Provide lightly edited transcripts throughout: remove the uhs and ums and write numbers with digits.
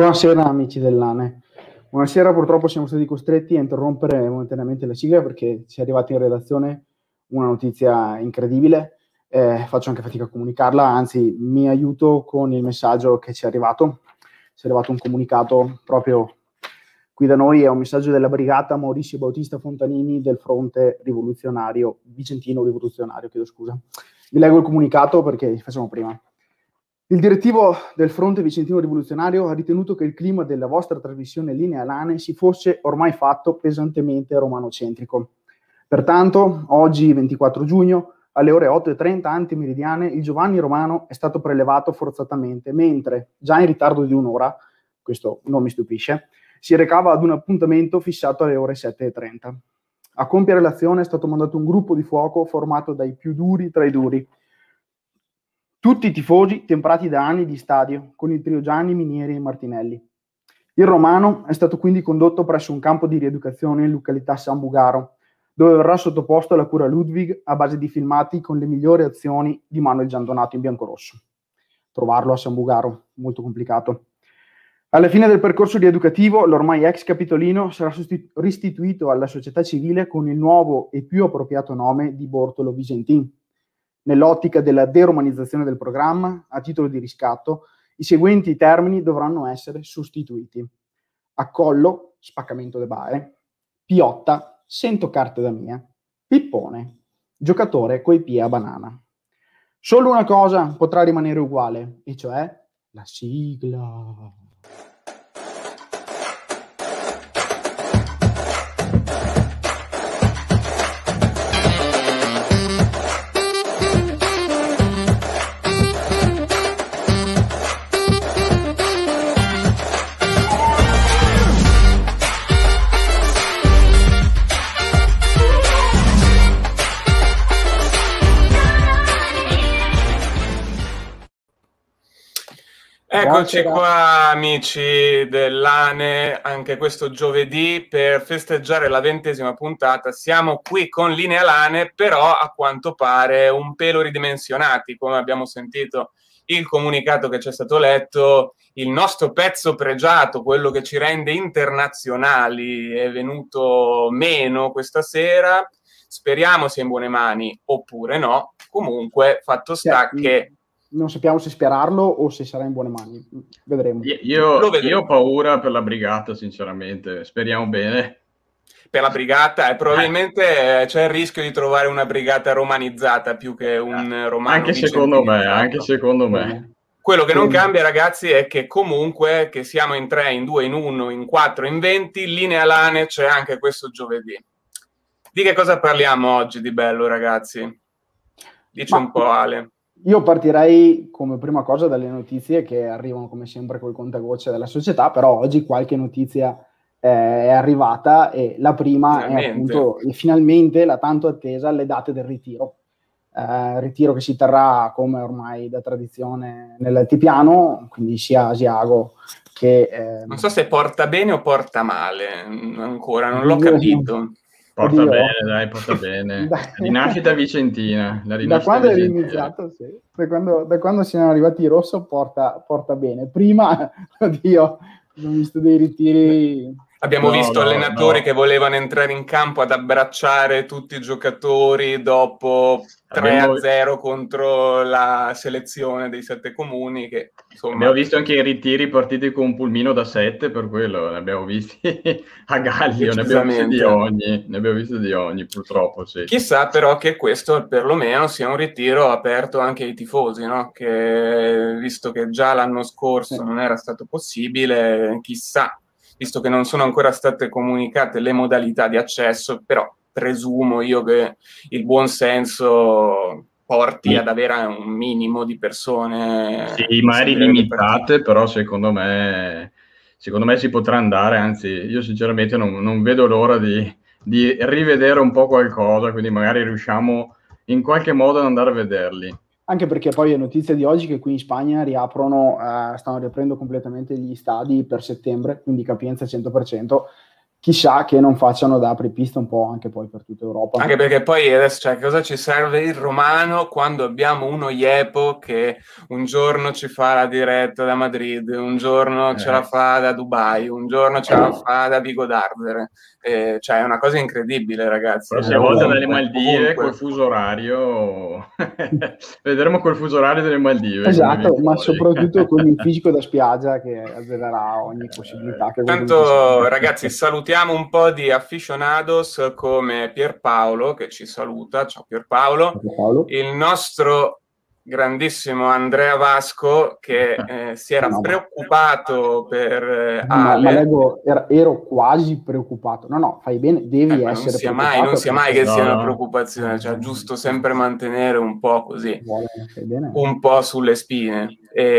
Buonasera amici dell'ANE. Buonasera, purtroppo siamo stati costretti a interrompere momentaneamente la sigla perché ci è arrivata in redazione una notizia incredibile. Faccio anche fatica a comunicarla, anzi mi aiuto con il messaggio che ci è arrivato. Ci è arrivato un comunicato proprio qui da noi, è un messaggio della brigata Maurizio Bautista Fontanini del fronte rivoluzionario, vicentino rivoluzionario, chiedo scusa. Vi leggo il comunicato perché facciamo prima. Il direttivo del fronte vicentino rivoluzionario ha ritenuto che il clima della vostra trasmissione Linea Lane si fosse ormai fatto pesantemente romanocentrico. Pertanto, oggi 24 giugno, alle ore 8:30 antimeridiane, il Giovanni Romano è stato prelevato forzatamente, mentre, già in ritardo di un'ora, questo non mi stupisce, si recava ad un appuntamento fissato alle ore 7:30. A compiere l'azione è stato mandato un gruppo di fuoco formato dai più duri tra i duri, tutti i tifosi temprati da anni di stadio, con il trio Gianni, Minieri e Martinelli. Il Romano è stato quindi condotto presso un campo di rieducazione in località San Bugaro, dove verrà sottoposto alla cura Ludwig a base di filmati con le migliori azioni di Manuel Giandonato in biancorosso. Trovarlo a San Bugaro, molto complicato. Alla fine del percorso rieducativo, l'ormai ex capitolino sarà restituito alla società civile con il nuovo e più appropriato nome di Bortolo Visentin. Nell'ottica della deromanizzazione del programma, a titolo di riscatto, i seguenti termini dovranno essere sostituiti: Accollo, spaccamento de bae; Piotta, sento carte da mia; Pippone, giocatore coi piedi a banana. Solo una cosa potrà rimanere uguale, e cioè la sigla. Eccoci qua amici dell'ANE, anche questo giovedì per festeggiare la 20ª puntata. Siamo qui con Linea Lane, però a quanto pare un pelo ridimensionati, come abbiamo sentito il comunicato che ci è stato letto. Il nostro pezzo pregiato, quello che ci rende internazionali, è venuto meno questa sera. Speriamo sia in buone mani oppure no. Comunque, fatto sta che non sappiamo se sperarlo o se sarà in buone mani, vedremo. Io ho paura per la brigata, sinceramente, speriamo bene. Per la brigata, probabilmente c'è il rischio di trovare una brigata romanizzata più che un romano. Anche secondo me. Quello che non cambia, ragazzi, è che comunque che siamo in 3, in 2, in 1, in 4, in 20, Linea Lane c'è anche questo giovedì. Di che cosa parliamo oggi di bello, ragazzi? Dici un po', Ale. Io partirei come prima cosa dalle notizie che arrivano come sempre col contagocce della società, però oggi qualche notizia è arrivata e la prima è appunto finalmente la tanto attesa le date del ritiro. Ritiro che si terrà come ormai da tradizione nell'altipiano, quindi sia Asiago che... non so se porta bene o porta male, ancora non l'ho capito. Porta bene, dai, porta bene. Rinascita vicentina. Da quando è iniziato, sì. Da quando siamo arrivati in rosso porta bene. Prima, oddio, abbiamo visto dei ritiri... Abbiamo visto allenatori che volevano entrare in campo ad abbracciare tutti i giocatori dopo 3-0 contro la selezione dei 7 comuni. Che, insomma... Abbiamo visto anche i ritiri partiti con un pulmino da 7, per quello ne abbiamo visti a Gallio, ne abbiamo visto di ogni, purtroppo. Sì. Chissà però che questo perlomeno sia un ritiro aperto anche ai tifosi, no? Che visto che già l'anno scorso non era stato possibile, chissà. Visto che non sono ancora state comunicate le modalità di accesso, però presumo io che il buon senso porti ad avere un minimo di persone. Sì, magari limitate, però secondo me si potrà andare, anzi io sinceramente non vedo l'ora di rivedere un po' qualcosa, quindi magari riusciamo in qualche modo ad andare a vederli. Anche perché poi è notizia di oggi che qui in Spagna stanno riaprendo completamente gli stadi per settembre, quindi capienza 100%, chissà che non facciano da apripista un po' anche poi per tutta Europa. Anche perché poi adesso, cioè, cosa ci serve il romano quando abbiamo uno Iepo che un giorno ci fa la diretta da Madrid, un giorno ce la fa da Dubai, un giorno ce la fa da Vigo d'Ardere. Cioè è una cosa incredibile, ragazzi. La prossima volta dalle Maldive col fuso orario vedremo col fuso orario delle Maldive. Esatto, ma soprattutto con il fisico da spiaggia che azzererà ogni possibilità. Che tanto ragazzi, salutiamo un po' di aficionados come Pierpaolo che ci saluta. Ciao Pierpaolo. Il nostro grandissimo Andrea Vasco che si era preoccupato per Ale. Ma leggo, ero quasi preoccupato. No, fai bene, devi essere preoccupato. Non sia mai che sia una preoccupazione, cioè giusto sempre mantenere un po' così, un po' sulle spine.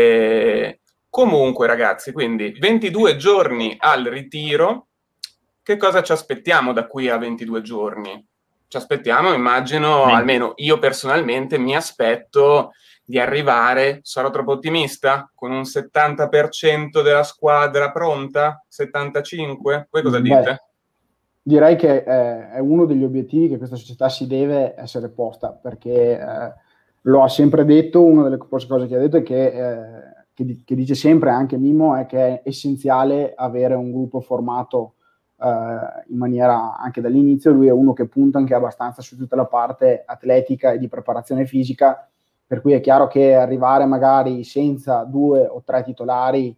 Comunque ragazzi, quindi 22 giorni al ritiro, che cosa ci aspettiamo da qui a 22 giorni? Ci aspettiamo, immagino, almeno io personalmente mi aspetto di arrivare, sarò troppo ottimista, con un 70% della squadra pronta? 75%? Voi cosa dite? Direi che è uno degli obiettivi che questa società si deve essere posta, perché lo ha sempre detto, una delle cose che ha detto è che dice sempre anche Mimmo, è che è essenziale avere un gruppo formato in maniera anche dall'inizio. Lui è uno che punta anche abbastanza su tutta la parte atletica e di preparazione fisica, per cui è chiaro che arrivare magari senza 2 o 3 titolari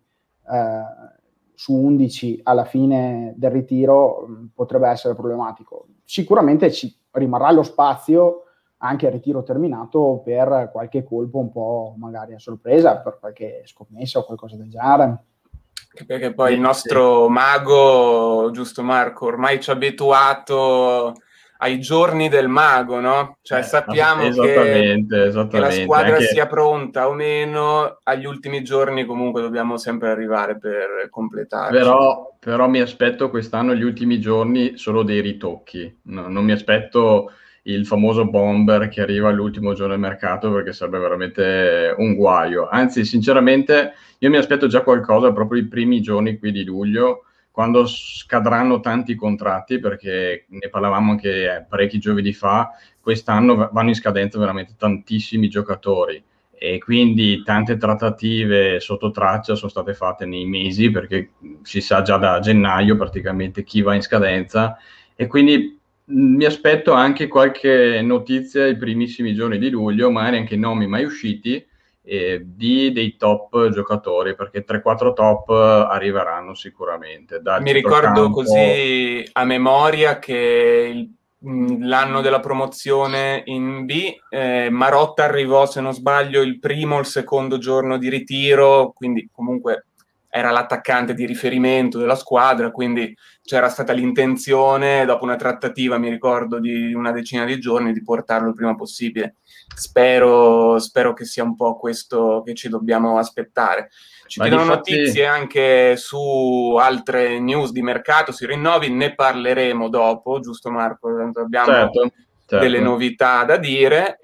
su 11 alla fine del ritiro potrebbe essere problematico. Sicuramente ci rimarrà lo spazio anche al ritiro terminato per qualche colpo un po' magari a sorpresa, per qualche scommessa o qualcosa del genere. Perché poi il nostro mago, giusto Marco, ormai ci ha abituato ai giorni del mago, no? Cioè sappiamo che la squadra sia pronta o meno, agli ultimi giorni comunque dobbiamo sempre arrivare per completare. Però mi aspetto quest'anno gli ultimi giorni solo dei ritocchi, non mi aspetto il famoso bomber che arriva all'ultimo giorno del mercato, perché sarebbe veramente un guaio. Anzi, sinceramente, io mi aspetto già qualcosa proprio i primi giorni qui di luglio, quando scadranno tanti contratti, perché ne parlavamo anche parecchi giovedì fa, quest'anno vanno in scadenza veramente tantissimi giocatori e quindi tante trattative sotto traccia sono state fatte nei mesi, perché si sa già da gennaio praticamente chi va in scadenza, e quindi mi aspetto anche qualche notizia i primissimi giorni di luglio, magari anche nomi mai usciti, di dei top giocatori, perché 3-4 top arriveranno sicuramente. Mi ricordo così a memoria che l'anno della promozione in B, Marotta arrivò, se non sbaglio, il primo o il secondo giorno di ritiro, quindi comunque era l'attaccante di riferimento della squadra, quindi c'era stata l'intenzione, dopo una trattativa, mi ricordo, di una decina di giorni, di portarlo il prima possibile. Spero che sia un po' questo che ci dobbiamo aspettare. Ci chiedono notizie anche su altre news di mercato, sui rinnovi, ne parleremo dopo, giusto Marco? Tanto abbiamo delle novità da dire.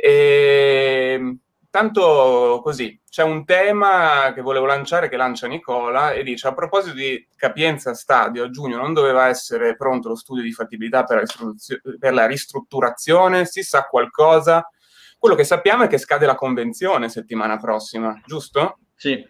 E tanto così, c'è un tema che volevo lanciare, che lancia Nicola, e dice: a proposito di capienza stadio, a giugno non doveva essere pronto lo studio di fattibilità per la ristrutturazione? Si sa qualcosa? Quello che sappiamo è che scade la convenzione settimana prossima, giusto? Sì,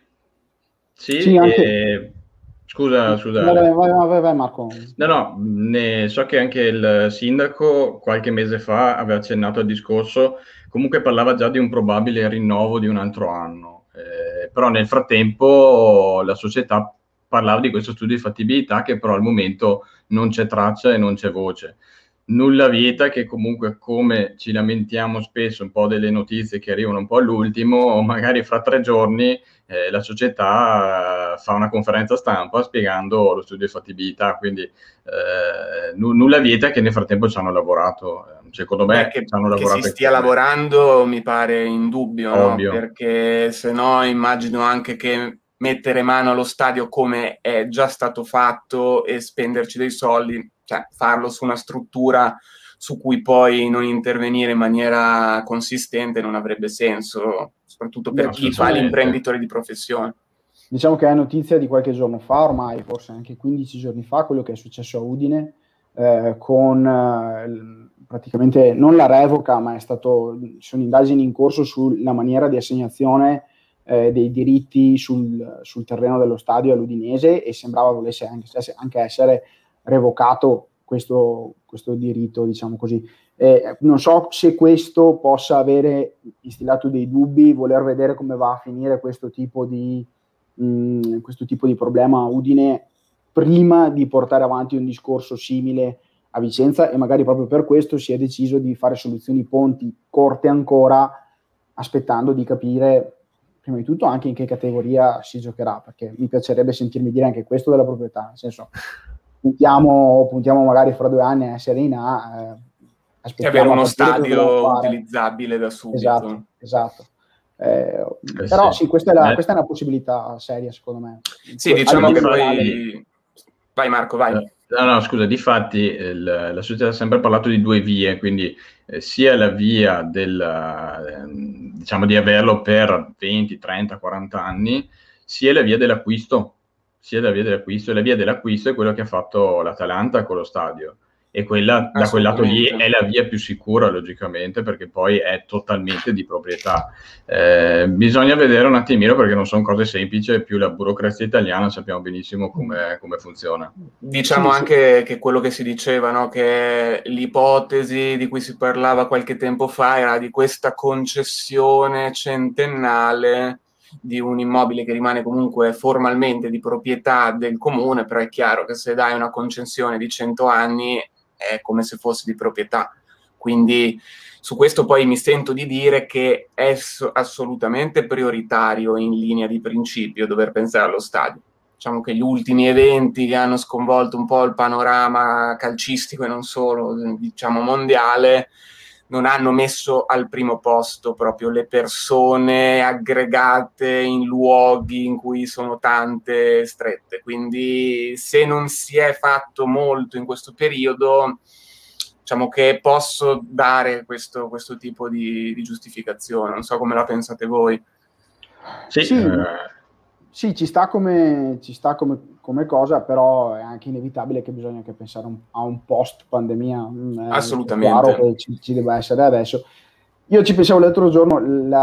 anche... Scusa. Vai Marco. No, so che anche il sindaco qualche mese fa aveva accennato al discorso, comunque parlava già di un probabile rinnovo di un altro anno, però nel frattempo la società parlava di questo studio di fattibilità che però al momento non c'è traccia e non c'è voce. Nulla vieta che comunque, come ci lamentiamo spesso un po' delle notizie che arrivano un po' all'ultimo, magari fra 3 giorni la società fa una conferenza stampa spiegando lo studio di fattibilità, quindi nulla vieta che nel frattempo ci hanno lavorato. Secondo me ci hanno lavorato. Che si stia lavorando mi pare indubbio, no? Perché se no immagino anche che mettere mano allo stadio come è già stato fatto e spenderci dei soldi, cioè farlo su una struttura su cui poi non intervenire in maniera consistente non avrebbe senso, soprattutto per chi fa l'imprenditore di professione. Diciamo che è notizia di qualche giorno fa, ormai forse anche 15 giorni fa, quello che è successo a Udine, con praticamente non la revoca, ma ci sono indagini in corso sulla maniera di assegnazione dei diritti sul terreno dello stadio all'Udinese, e sembrava volesse anche essere revocato questo diritto, diciamo così. Non so se questo possa avere instillato dei dubbi, voler vedere come va a finire questo tipo di problema a Udine prima di portare avanti un discorso simile a Vicenza, e magari proprio per questo si è deciso di fare soluzioni ponti corte ancora, aspettando di capire prima di tutto anche in che categoria si giocherà, perché mi piacerebbe sentirmi dire anche questo della proprietà, nel senso, puntiamo magari fra 2 anni a essere in A, avere uno stadio utilizzabile da subito. Esatto. Però sì, questa è una possibilità seria, secondo me. Sì, diciamo che poi... Vai Marco, vai. No, scusa, difatti la società ha sempre parlato di 2 vie, quindi sia la via diciamo di averlo per 20, 30, 40 anni, sia la via dell'acquisto. E la via dell'acquisto è quello che ha fatto l'Atalanta con lo stadio. E quella, da quel lato lì, è la via più sicura, logicamente, perché poi è totalmente di proprietà. Bisogna vedere un attimino, perché non sono cose semplici, più la burocrazia italiana sappiamo benissimo come funziona. Diciamo anche che quello che si diceva, no? Che l'ipotesi di cui si parlava qualche tempo fa era di questa concessione centennale di un immobile che rimane comunque formalmente di proprietà del comune, però è chiaro che se dai una concessione di 100 anni è come se fosse di proprietà. Quindi su questo poi mi sento di dire che è assolutamente prioritario in linea di principio dover pensare allo stadio. Diciamo che gli ultimi eventi che hanno sconvolto un po' il panorama calcistico e non solo, diciamo mondiale, non hanno messo al primo posto proprio le persone aggregate in luoghi in cui sono tante strette. Quindi se non si è fatto molto in questo periodo, diciamo che posso dare questo tipo di giustificazione. Non so come la pensate voi. Sì, ci sta come cosa, però è anche inevitabile che bisogna anche pensare a un post pandemia. Assolutamente. È chiaro che ci deve essere adesso. Io ci pensavo l'altro giorno,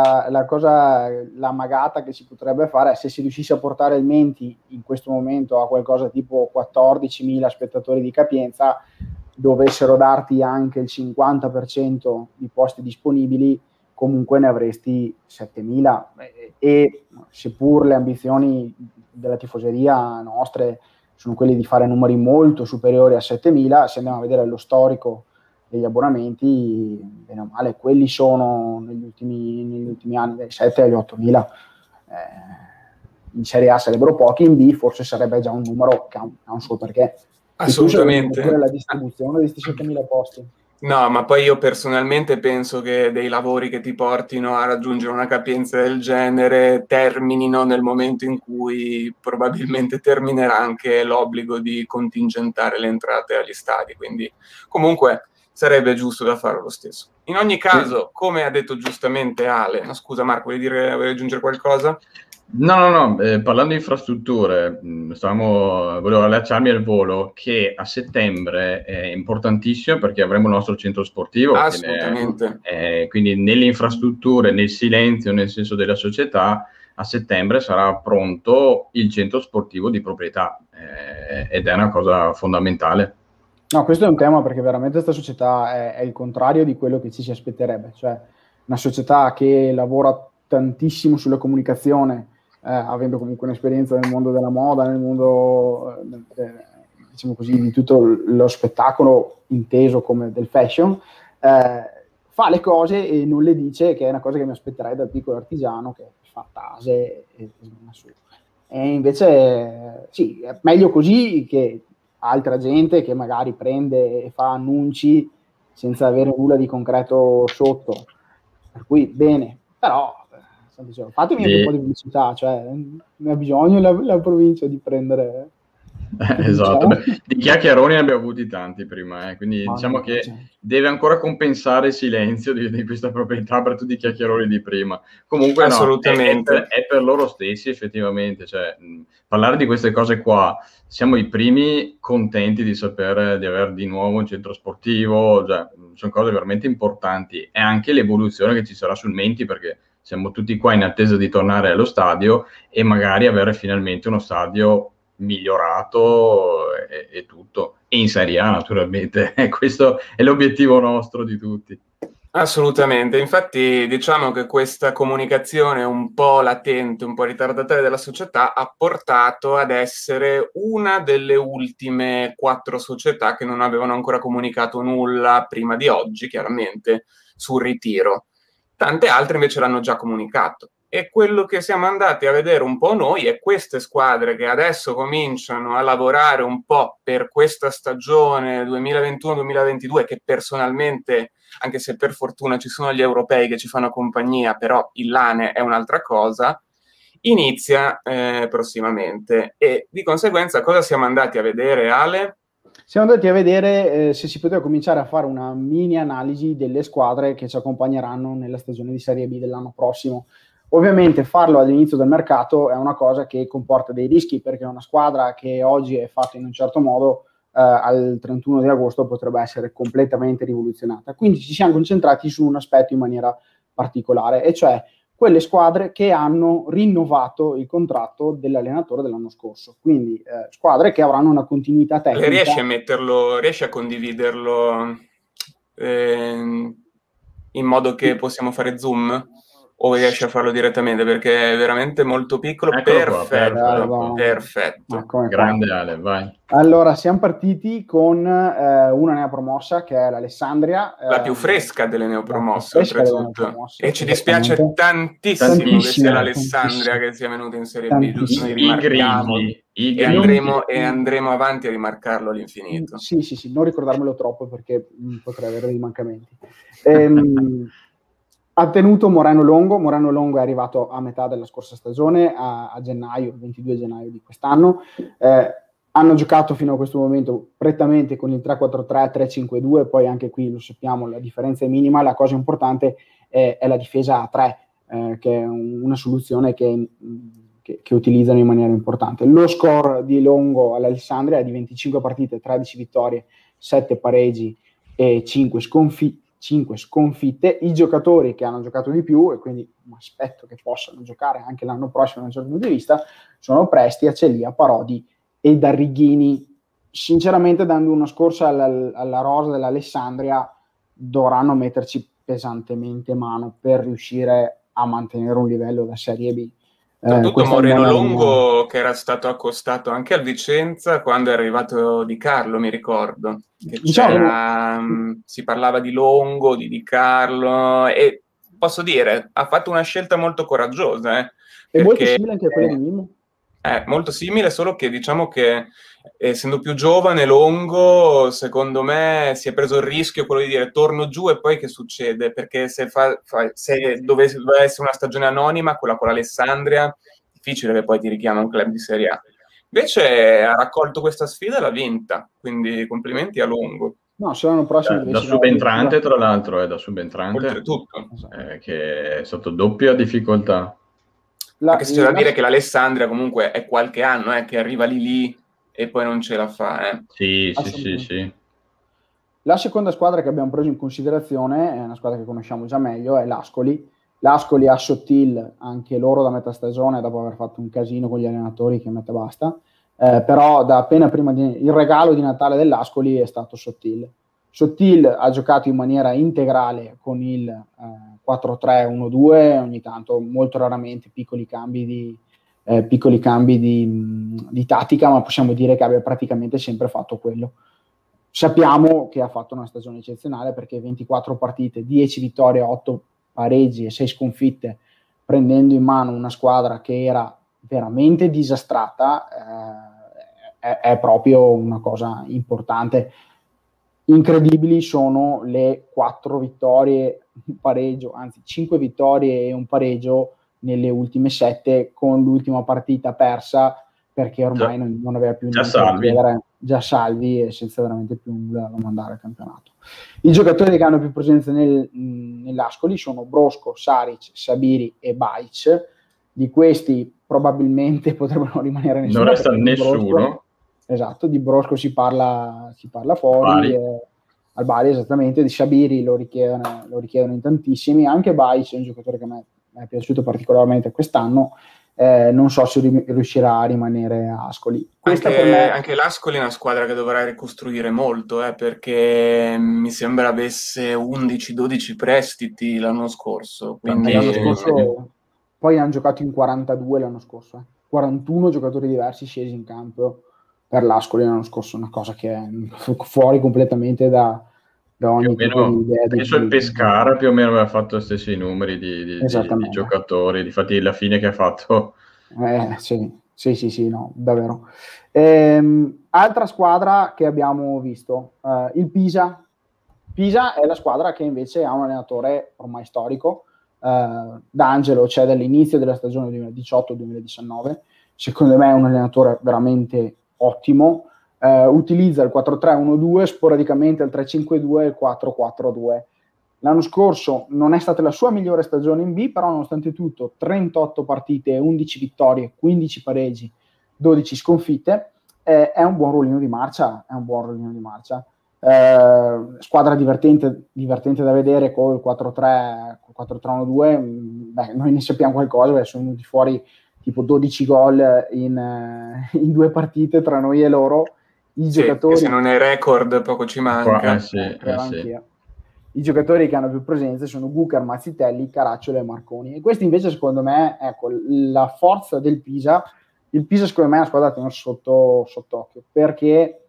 la magata che si potrebbe fare è se si riuscisse a portare il Menti in questo momento a qualcosa tipo 14.000 spettatori di capienza, dovessero darti anche il 50% di posti disponibili, comunque ne avresti 7.000, e seppur le ambizioni della tifoseria nostre sono quelle di fare numeri molto superiori a 7.000, se andiamo a vedere lo storico degli abbonamenti, bene o male, quelli sono negli ultimi anni dai 7 agli 8.000. In Serie A sarebbero pochi, in B forse sarebbe già un numero che ha un suo perché. Assolutamente. La distribuzione di questi 7.000 posti. No, ma poi io personalmente penso che dei lavori che ti portino a raggiungere una capienza del genere terminino nel momento in cui probabilmente terminerà anche l'obbligo di contingentare le entrate agli stadi, quindi comunque sarebbe giusto da fare lo stesso. In ogni caso, come ha detto giustamente Ale, no, scusa Marco, vuoi aggiungere qualcosa? No, parlando di infrastrutture, volevo allacciarmi al volo che a settembre è importantissimo perché avremo il nostro centro sportivo. Assolutamente. Quindi nelle infrastrutture, nel silenzio, nel senso della società, a settembre sarà pronto il centro sportivo di proprietà ed è una cosa fondamentale. No, questo è un tema perché veramente questa società è il contrario di quello che ci si aspetterebbe, cioè una società che lavora tantissimo sulla comunicazione, avendo comunque un'esperienza nel mondo della moda, nel mondo diciamo così di tutto lo spettacolo inteso come del fashion, fa le cose e non le dice, che è una cosa che mi aspetterei dal piccolo artigiano che fa tase e su. E invece sì, è meglio così che altra gente che magari prende e fa annunci senza avere nulla di concreto sotto, per cui bene, però fatemi anche un po' di pubblicità, cioè ne ha bisogno la provincia di prendere. Esatto. Beh, di chiacchieroni ne abbiamo avuti tanti prima, quindi diciamo che deve ancora compensare il silenzio di questa proprietà per tutti i chiacchieroni di prima. Comunque assolutamente. No, è per loro stessi effettivamente, cioè, parlare di queste cose qua, siamo i primi contenti di sapere di avere di nuovo un centro sportivo, cioè, sono cose veramente importanti, e anche l'evoluzione che ci sarà sul Menti, perché siamo tutti qua in attesa di tornare allo stadio e magari avere finalmente uno stadio migliorato e tutto, e in Serie A naturalmente. Questo è l'obiettivo nostro di tutti. Assolutamente, infatti diciamo che questa comunicazione un po' latente, un po' ritardataria della società ha portato ad essere una delle ultime 4 società che non avevano ancora comunicato nulla prima di oggi, chiaramente, sul ritiro. Tante altre invece l'hanno già comunicato. E quello che siamo andati a vedere un po' noi è queste squadre che adesso cominciano a lavorare un po' per questa stagione 2021-2022, che personalmente, anche se per fortuna ci sono gli europei che ci fanno compagnia, però il Lane è un'altra cosa, inizia prossimamente. E di conseguenza cosa siamo andati a vedere, Ale? Siamo andati a vedere se si poteva cominciare a fare una mini analisi delle squadre che ci accompagneranno nella stagione di Serie B dell'anno prossimo. Ovviamente farlo all'inizio del mercato è una cosa che comporta dei rischi, perché una squadra che oggi è fatta in un certo modo al 31 di agosto potrebbe essere completamente rivoluzionata. Quindi ci siamo concentrati su un aspetto in maniera particolare, e cioè quelle squadre che hanno rinnovato il contratto dell'allenatore dell'anno scorso, quindi squadre che avranno una continuità tecnica. Riesci a condividerlo in modo che possiamo fare zoom? O riesci a farlo direttamente, perché è veramente molto piccolo? Perfetto, perfetto. Grande Ale, vai. Allora, siamo partiti con una neopromossa, che è l'Alessandria. La più fresca delle neopromosse, oltretutto. E ci dispiace tantissimo che sia l'Alessandria che sia venuta in Serie B. Giusto? I grigi. E andremo avanti a rimarcarlo all'infinito. Sì, non ricordarmelo troppo, perché potrei avere dei mancamenti. Ha tenuto Moreno Longo è arrivato a metà della scorsa stagione, a gennaio, 22 gennaio di quest'anno. Hanno giocato fino a questo momento prettamente con il 3-4-3, 3-5-2, poi anche qui lo sappiamo, la differenza è minima. La cosa importante è la difesa a 3, che è una soluzione che utilizzano in maniera importante. Lo score di Longo all'Alessandria è di 25 partite, 13 vittorie, 7 pareggi e 5 sconfitte. I giocatori che hanno giocato di più, e quindi mi aspetto che possano giocare anche l'anno prossimo da un certo punto di vista, sono Presti, Acelia, Parodi e Darrighini. Sinceramente, dando una scorsa alla rosa dell'Alessandria, dovranno metterci pesantemente mano per riuscire a mantenere un livello da Serie B. Soprattutto Moreno Longo, che era stato accostato anche al Vicenza quando è arrivato Di Carlo, mi ricordo. Che si parlava di Longo, di Carlo, e posso dire, ha fatto una scelta molto coraggiosa. È molto simile anche a quella di Mimmo. È molto simile, solo che diciamo che essendo più giovane Longo, secondo me si è preso il rischio quello di dire torno giù e poi che succede? Perché se dovesse essere una stagione anonima, quella con l'Alessandria, difficile che poi ti richiama un club di Serie A. Invece ha raccolto questa sfida e l'ha vinta, quindi complimenti a Longo. No, se l'anno prossimo da subentrante, tra l'altro, da subentrante, oltretutto, che è sotto doppia difficoltà. Anche se c'è da dire che l'Alessandria comunque è qualche anno che arriva lì e poi non ce la fa. Sì. La seconda squadra che abbiamo preso in considerazione è una squadra che conosciamo già meglio, è l'Ascoli. L'Ascoli ha Sottil anche loro da metà stagione, dopo aver fatto un casino con gli allenatori che mette basta, però da appena prima il regalo di Natale dell'Ascoli è stato Sottil. Sottil ha giocato in maniera integrale con il 4-3-1-2, ogni tanto, molto raramente, piccoli cambi di tattica, ma possiamo dire che abbia praticamente sempre fatto quello. Sappiamo che ha fatto una stagione eccezionale, perché 24 partite, 10 vittorie, 8 pareggi e 6 sconfitte, prendendo in mano una squadra che era veramente disastrata, è proprio una cosa importante. Incredibili sono le 4 vittorie, un pareggio, anzi 5 vittorie e un pareggio nelle ultime 7, con l'ultima partita persa perché ormai non aveva più niente da chiedere, già salvi e senza veramente più nulla da mandare al campionato. I giocatori che hanno più presenza nell'Ascoli sono Brosco, Saric, Sabiri e Bajic. Di questi probabilmente potrebbero rimanere nessuno. Non resta nessuno. Brosco, esatto, di Brosco si parla fuori, al Bari esattamente, di Sabiri lo richiedono in tantissimi, anche Bajic è un giocatore che a me è piaciuto particolarmente quest'anno. Non so se riuscirà a rimanere a Ascoli. Anche l'Ascoli è una squadra che dovrà ricostruire molto, perché mi sembra avesse 11-12 prestiti l'anno scorso. Quindi... Poi hanno giocato in 42 l'anno scorso. 41 giocatori diversi scesi in campo per l'Ascoli l'anno scorso, una cosa che è fuori completamente da ogni tipo di idea. Penso il Pescara più o meno aveva fatto gli stessi numeri di giocatori, difatti la fine che ha fatto. Sì, no, davvero. Altra squadra che abbiamo visto, il Pisa. Pisa è la squadra che invece ha un allenatore ormai storico. D'Angelo c'è dall'inizio della stagione 2018-2019. Secondo me è un allenatore veramente ottimo. Utilizza il 4-3-1-2, sporadicamente il 3-5-2 e il 4-4-2. L'anno scorso non è stata la sua migliore stagione in B, però nonostante tutto 38 partite, 11 vittorie, 15 pareggi, 12 sconfitte. È un buon ruolino di marcia. Squadra divertente da vedere col 4-3-1-2. Noi ne sappiamo qualcosa, sono venuti fuori tipo 12 gol in 2 partite tra noi e loro. I giocatori, se non è record poco ci manca. I giocatori che hanno più presenze sono Gucar, Mazzitelli, Caracciolo e Marconi, e questi invece secondo me, ecco, la forza del Pisa. Il Pisa secondo me è una squadra da tenere sott'occhio, perché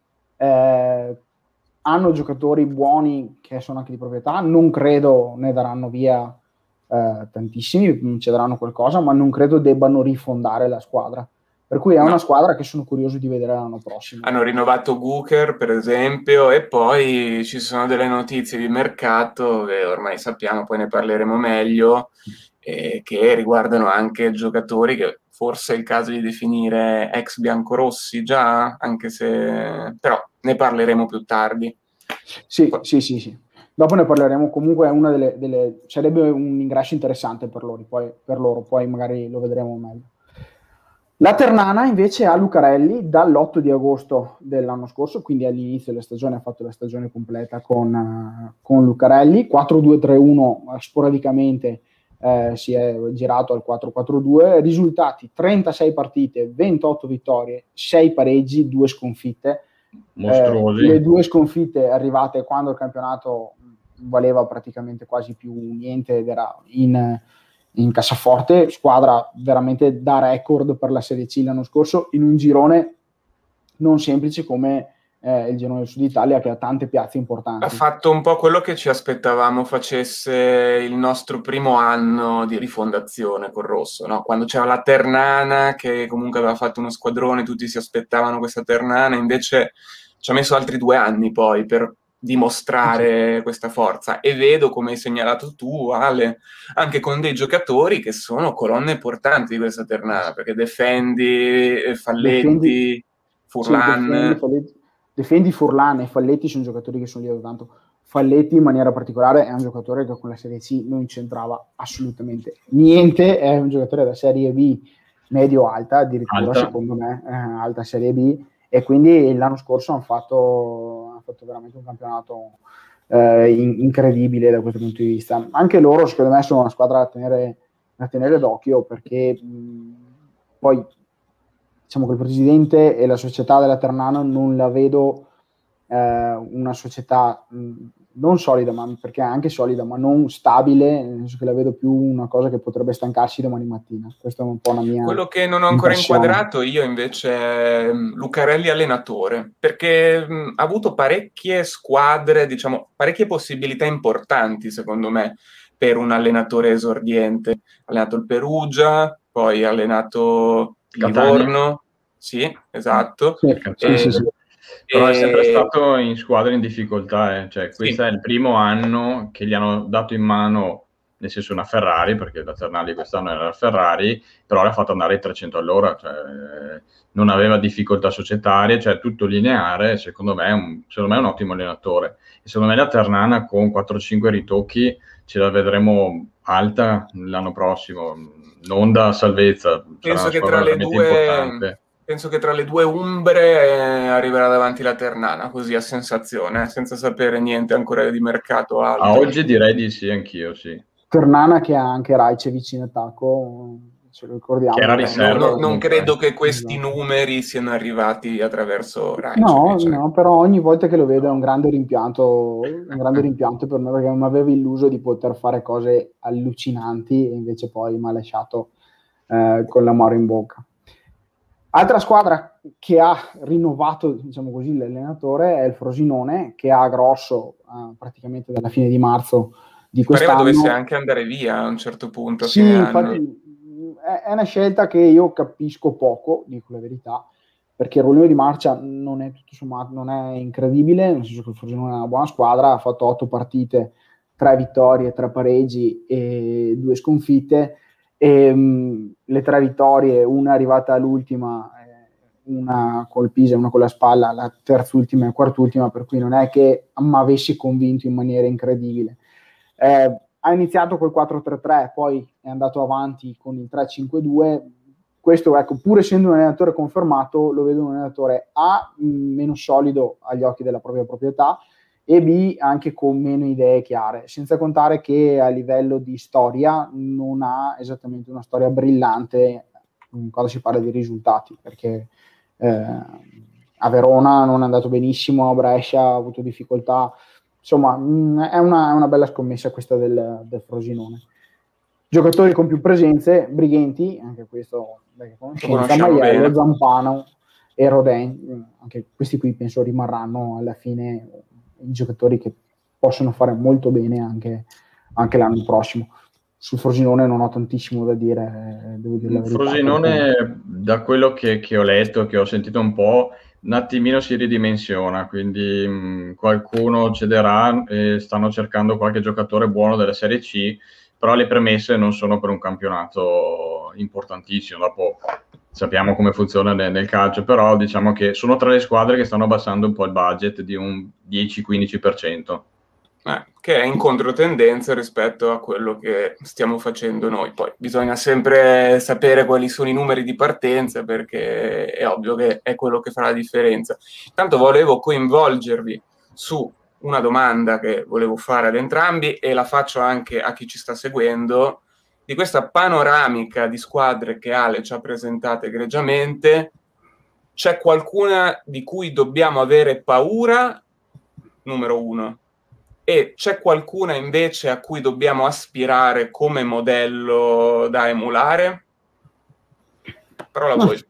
hanno giocatori buoni che sono anche di proprietà. Non credo ne daranno via tantissimi, ci daranno qualcosa, ma non credo debbano rifondare la squadra. Per cui è una squadra che sono curioso di vedere l'anno prossimo. Hanno rinnovato Guker, per esempio, e poi ci sono delle notizie di mercato che ormai sappiamo, poi ne parleremo meglio, che riguardano anche giocatori che forse è il caso di definire ex biancorossi già, anche se... però ne parleremo più tardi. Sì. Dopo ne parleremo. Comunque è una delle sarebbe un ingresso interessante per loro, poi magari lo vedremo meglio. La Ternana invece ha Lucarelli dall'8 di agosto dell'anno scorso, quindi all'inizio della stagione ha fatto la stagione completa con Lucarelli. 4-2-3-1 sporadicamente si è girato al 4-4-2. Risultati: 36 partite, 28 vittorie, 6 pareggi, 2 sconfitte. Mostruosi. Le 2 sconfitte arrivate quando il campionato valeva praticamente quasi più niente ed era in cassaforte. Squadra veramente da record per la Serie C l'anno scorso, in un girone non semplice come il girone del Sud Italia, che ha tante piazze importanti. Ha fatto un po' quello che ci aspettavamo facesse il nostro primo anno di rifondazione col rosso, no? Quando c'era la Ternana che comunque aveva fatto uno squadrone, tutti si aspettavano questa Ternana, invece ci ha messo altri 2 anni poi per dimostrare questa forza, e vedo, come hai segnalato tu, Ale, anche con dei giocatori che sono colonne portanti di questa Ternana, perché Falletti, Furlan. Defendi Furlan e Falletti sono giocatori che sono lì da tanto. Falletti in maniera particolare è un giocatore che con la Serie C non c'entrava assolutamente niente, è un giocatore da Serie B medio-alta, addirittura secondo me, alta Serie B, e quindi l'anno scorso hanno fatto veramente un campionato incredibile da questo punto di vista. Anche loro secondo me sono una squadra da tenere d'occhio, perché poi diciamo che il presidente e la società della Ternana non la vedo una società non solida, ma perché è anche solida, ma non stabile, nel senso che la vedo più una cosa che potrebbe stancarsi domani mattina. Questa è un po' la mia quello che non ho ancora inquadrato io invece è Lucarelli allenatore, perché ha avuto parecchie squadre, diciamo parecchie possibilità importanti secondo me per un allenatore esordiente. Ha allenato il Perugia, poi ha allenato Livorno, sì, esatto. Sì. Però è sempre stato in squadre in difficoltà, cioè questo è il primo anno che gli hanno dato in mano nel senso una Ferrari, perché la Ternana di quest'anno era la Ferrari, però l'ha fatto andare ai 300 all'ora, cioè, non aveva difficoltà societarie, cioè tutto lineare. Secondo me è un ottimo allenatore, e secondo me la Ternana con 4-5 ritocchi ce la vedremo alta l'anno prossimo, non da salvezza. Penso che tra le due Umbre arriverà davanti la Ternana, così a sensazione, senza sapere niente ancora di mercato alto. A oggi direi di sì, anch'io, sì. Ternana che ha anche Rajcevic in attacco, ce lo ricordiamo. Che era riserva, non credo che questi numeri siano arrivati attraverso Rajcevic. No, però ogni volta che lo vedo è un grande rimpianto per me, perché mi aveva illuso di poter fare cose allucinanti e invece poi mi ha lasciato con l'amore in bocca. Altra squadra che ha rinnovato, diciamo così, l'allenatore è il Frosinone, che ha Grosso praticamente dalla fine di marzo di quest'anno. Pareva dovesse anche andare via a un certo punto. Sì, infatti è una scelta che io capisco poco, dico la verità, perché il ruolino di marcia non è tutto sommato, non è incredibile, nel senso che il Frosinone è una buona squadra, ha fatto 8 partite, 3 vittorie, 3 pareggi e 2 sconfitte. E, le 3 vittorie, una arrivata all'ultima, una col Pisa e una con la Spalla, la terz'ultima e quart'ultima, per cui non è che mi avessi convinto in maniera incredibile. Ha iniziato col 4-3-3, poi è andato avanti con il 3-5-2. Questo, ecco, pur essendo un allenatore confermato, lo vedo un allenatore A, meno solido agli occhi della propria proprietà, e B, anche con meno idee chiare, senza contare che a livello di storia non ha esattamente una storia brillante quando si parla di risultati, perché a Verona non è andato benissimo, a Brescia ha avuto difficoltà. Insomma, è una bella scommessa questa del Frosinone. Giocatori con più presenze: Brighenti, anche questo Maiello, Zampano e Rodin. Anche questi qui penso rimarranno alla fine i giocatori che possono fare molto bene anche l'anno prossimo. Sul Frosinone non ho tantissimo da dire, devo dire la verità. Frosinone, da quello che ho letto, che ho sentito un attimino si ridimensiona, quindi qualcuno cederà e stanno cercando qualche giocatore buono della Serie C, però le premesse non sono per un campionato importantissimo. Dopo sappiamo come funziona nel calcio, però diciamo che sono tra le squadre che stanno abbassando un po' il budget di un 10-15%. Che è in controtendenza rispetto a quello che stiamo facendo noi. Poi bisogna sempre sapere quali sono i numeri di partenza, perché è ovvio che è quello che fa la differenza. Tanto volevo coinvolgervi su una domanda che volevo fare ad entrambi, e la faccio anche a chi ci sta seguendo, di questa panoramica di squadre che Ale ci ha presentato egregiamente. C'è qualcuna di cui dobbiamo avere paura, numero 1, e c'è qualcuna invece a cui dobbiamo aspirare come modello da emulare? Parola a voi.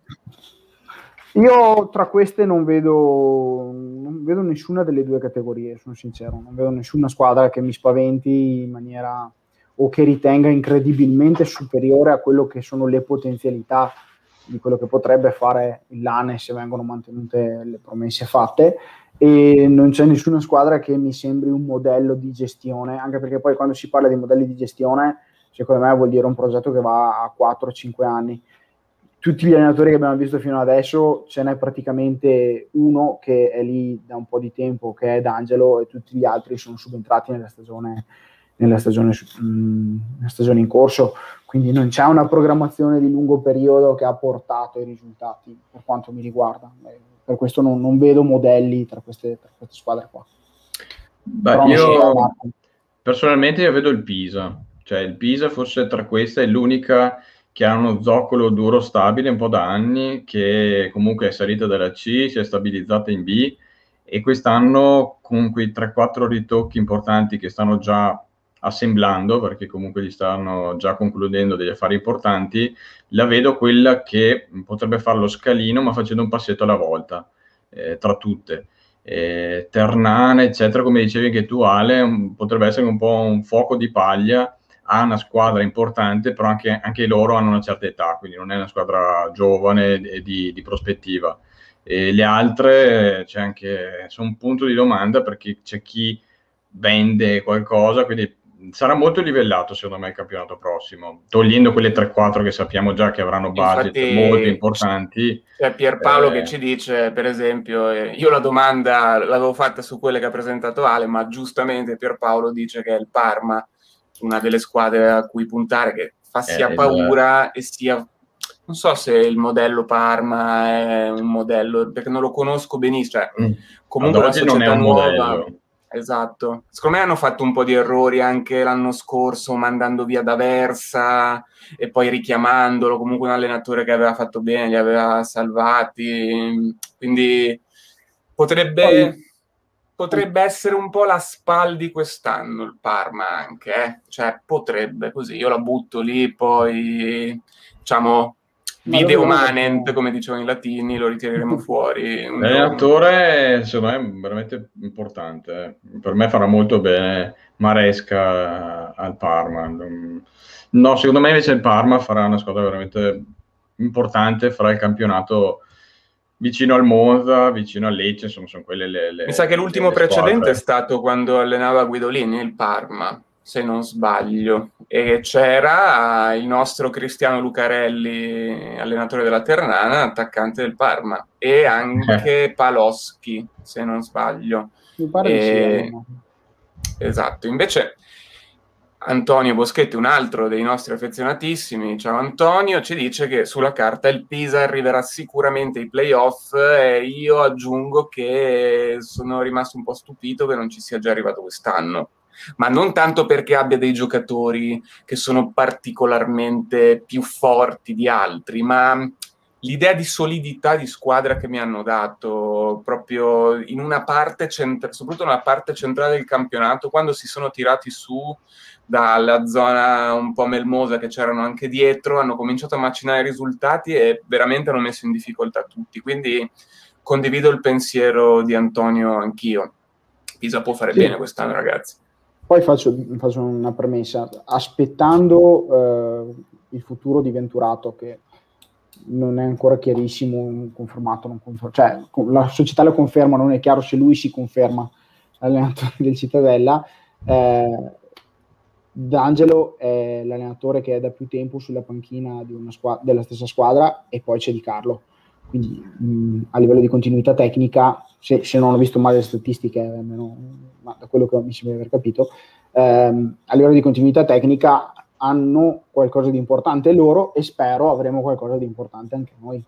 Io tra queste non vedo nessuna delle due categorie, sono sincero. Non vedo nessuna squadra che mi spaventi in maniera, o che ritenga incredibilmente superiore a quello che sono le potenzialità di quello che potrebbe fare il Lane se vengono mantenute le promesse fatte. E non c'è nessuna squadra che mi sembri un modello di gestione, anche perché poi quando si parla di modelli di gestione, secondo me vuol dire un progetto che va a 4-5 anni. Tutti gli allenatori che abbiamo visto fino adesso, ce n'è praticamente uno che è lì da un po' di tempo, che è D'Angelo, e tutti gli altri sono subentrati nella stagione in corso, quindi non c'è una programmazione di lungo periodo che ha portato i risultati per quanto mi riguarda. Per questo non vedo modelli tra queste squadre qua. Personalmente io vedo il Pisa, cioè il Pisa forse tra queste è l'unica che ha uno zoccolo duro stabile un po' da anni, che comunque è salita dalla C, si è stabilizzata in B, e quest'anno con quei 3-4 ritocchi importanti che stanno già assemblando, perché comunque gli stanno già concludendo degli affari importanti, la vedo quella che potrebbe fare lo scalino, ma facendo un passetto alla volta, tra tutte. Ternana, eccetera, come dicevi anche tu, Ale, potrebbe essere un po' un fuoco di paglia. Ha una squadra importante, però anche loro hanno una certa età, quindi non è una squadra giovane e di prospettiva. E le altre sono un punto di domanda, perché c'è chi vende qualcosa, quindi sarà molto livellato secondo me il campionato prossimo, togliendo quelle 3-4 che sappiamo già che avranno budget molto importanti. C'è Pierpaolo che ci dice, per esempio, io la domanda l'avevo fatta su quelle che ha presentato Ale, ma giustamente Pierpaolo dice che è il Parma una delle squadre a cui puntare, che fa sia paura e sia... Non so se il modello Parma è un modello, perché non lo conosco benissimo, cioè, comunque la società non è un nuova... modello. Esatto. Secondo me hanno fatto un po' di errori anche l'anno scorso, mandando via D'Aversa e poi richiamandolo, comunque un allenatore che aveva fatto bene, li aveva salvati, quindi potrebbe essere un po' la Spaldi quest'anno il Parma anche, cioè potrebbe, così, io la butto lì, poi diciamo video manent, come dicevano i latini, lo ritireremo fuori. L'allenatore secondo me è veramente importante, per me farà molto bene Maresca al Parma. No, secondo me invece il Parma farà una squadra veramente importante, farà il campionato vicino al Monza, vicino al Lecce, insomma sono quelle le mi sa che l'ultimo precedente è stato quando allenava Guidolini il Parma, se non sbaglio, e c'era il nostro Cristiano Lucarelli, allenatore della Ternana, attaccante del Parma, e anche Paloschi, se non sbaglio. Mi pare che sia. Esatto, invece Antonio Boschetti, un altro dei nostri affezionatissimi, ciao Antonio, ci dice che sulla carta il Pisa arriverà sicuramente ai playoff, e io aggiungo che sono rimasto un po' stupito che non ci sia già arrivato quest'anno, ma non tanto perché abbia dei giocatori che sono particolarmente più forti di altri, ma l'idea di solidità di squadra che mi hanno dato proprio in una parte soprattutto nella parte centrale del campionato, quando si sono tirati su dalla zona un po' melmosa che c'erano anche dietro, hanno cominciato a macinare risultati e veramente hanno messo in difficoltà tutti, quindi condivido il pensiero di Antonio anch'io. Pisa può fare bene quest'anno, ragazzi. Poi faccio una premessa, aspettando il futuro di Venturato, che non è ancora chiarissimo, confermato, non confermato, cioè la società lo conferma, non è chiaro se lui si conferma allenatore del Cittadella. D'Angelo è l'allenatore che è da più tempo sulla panchina di della stessa squadra, e poi c'è Di Carlo, quindi a livello di continuità tecnica, se non ho visto male le statistiche, almeno, ma da quello che mi sembra di aver capito, a livello di continuità tecnica hanno qualcosa di importante loro, e spero avremo qualcosa di importante anche noi.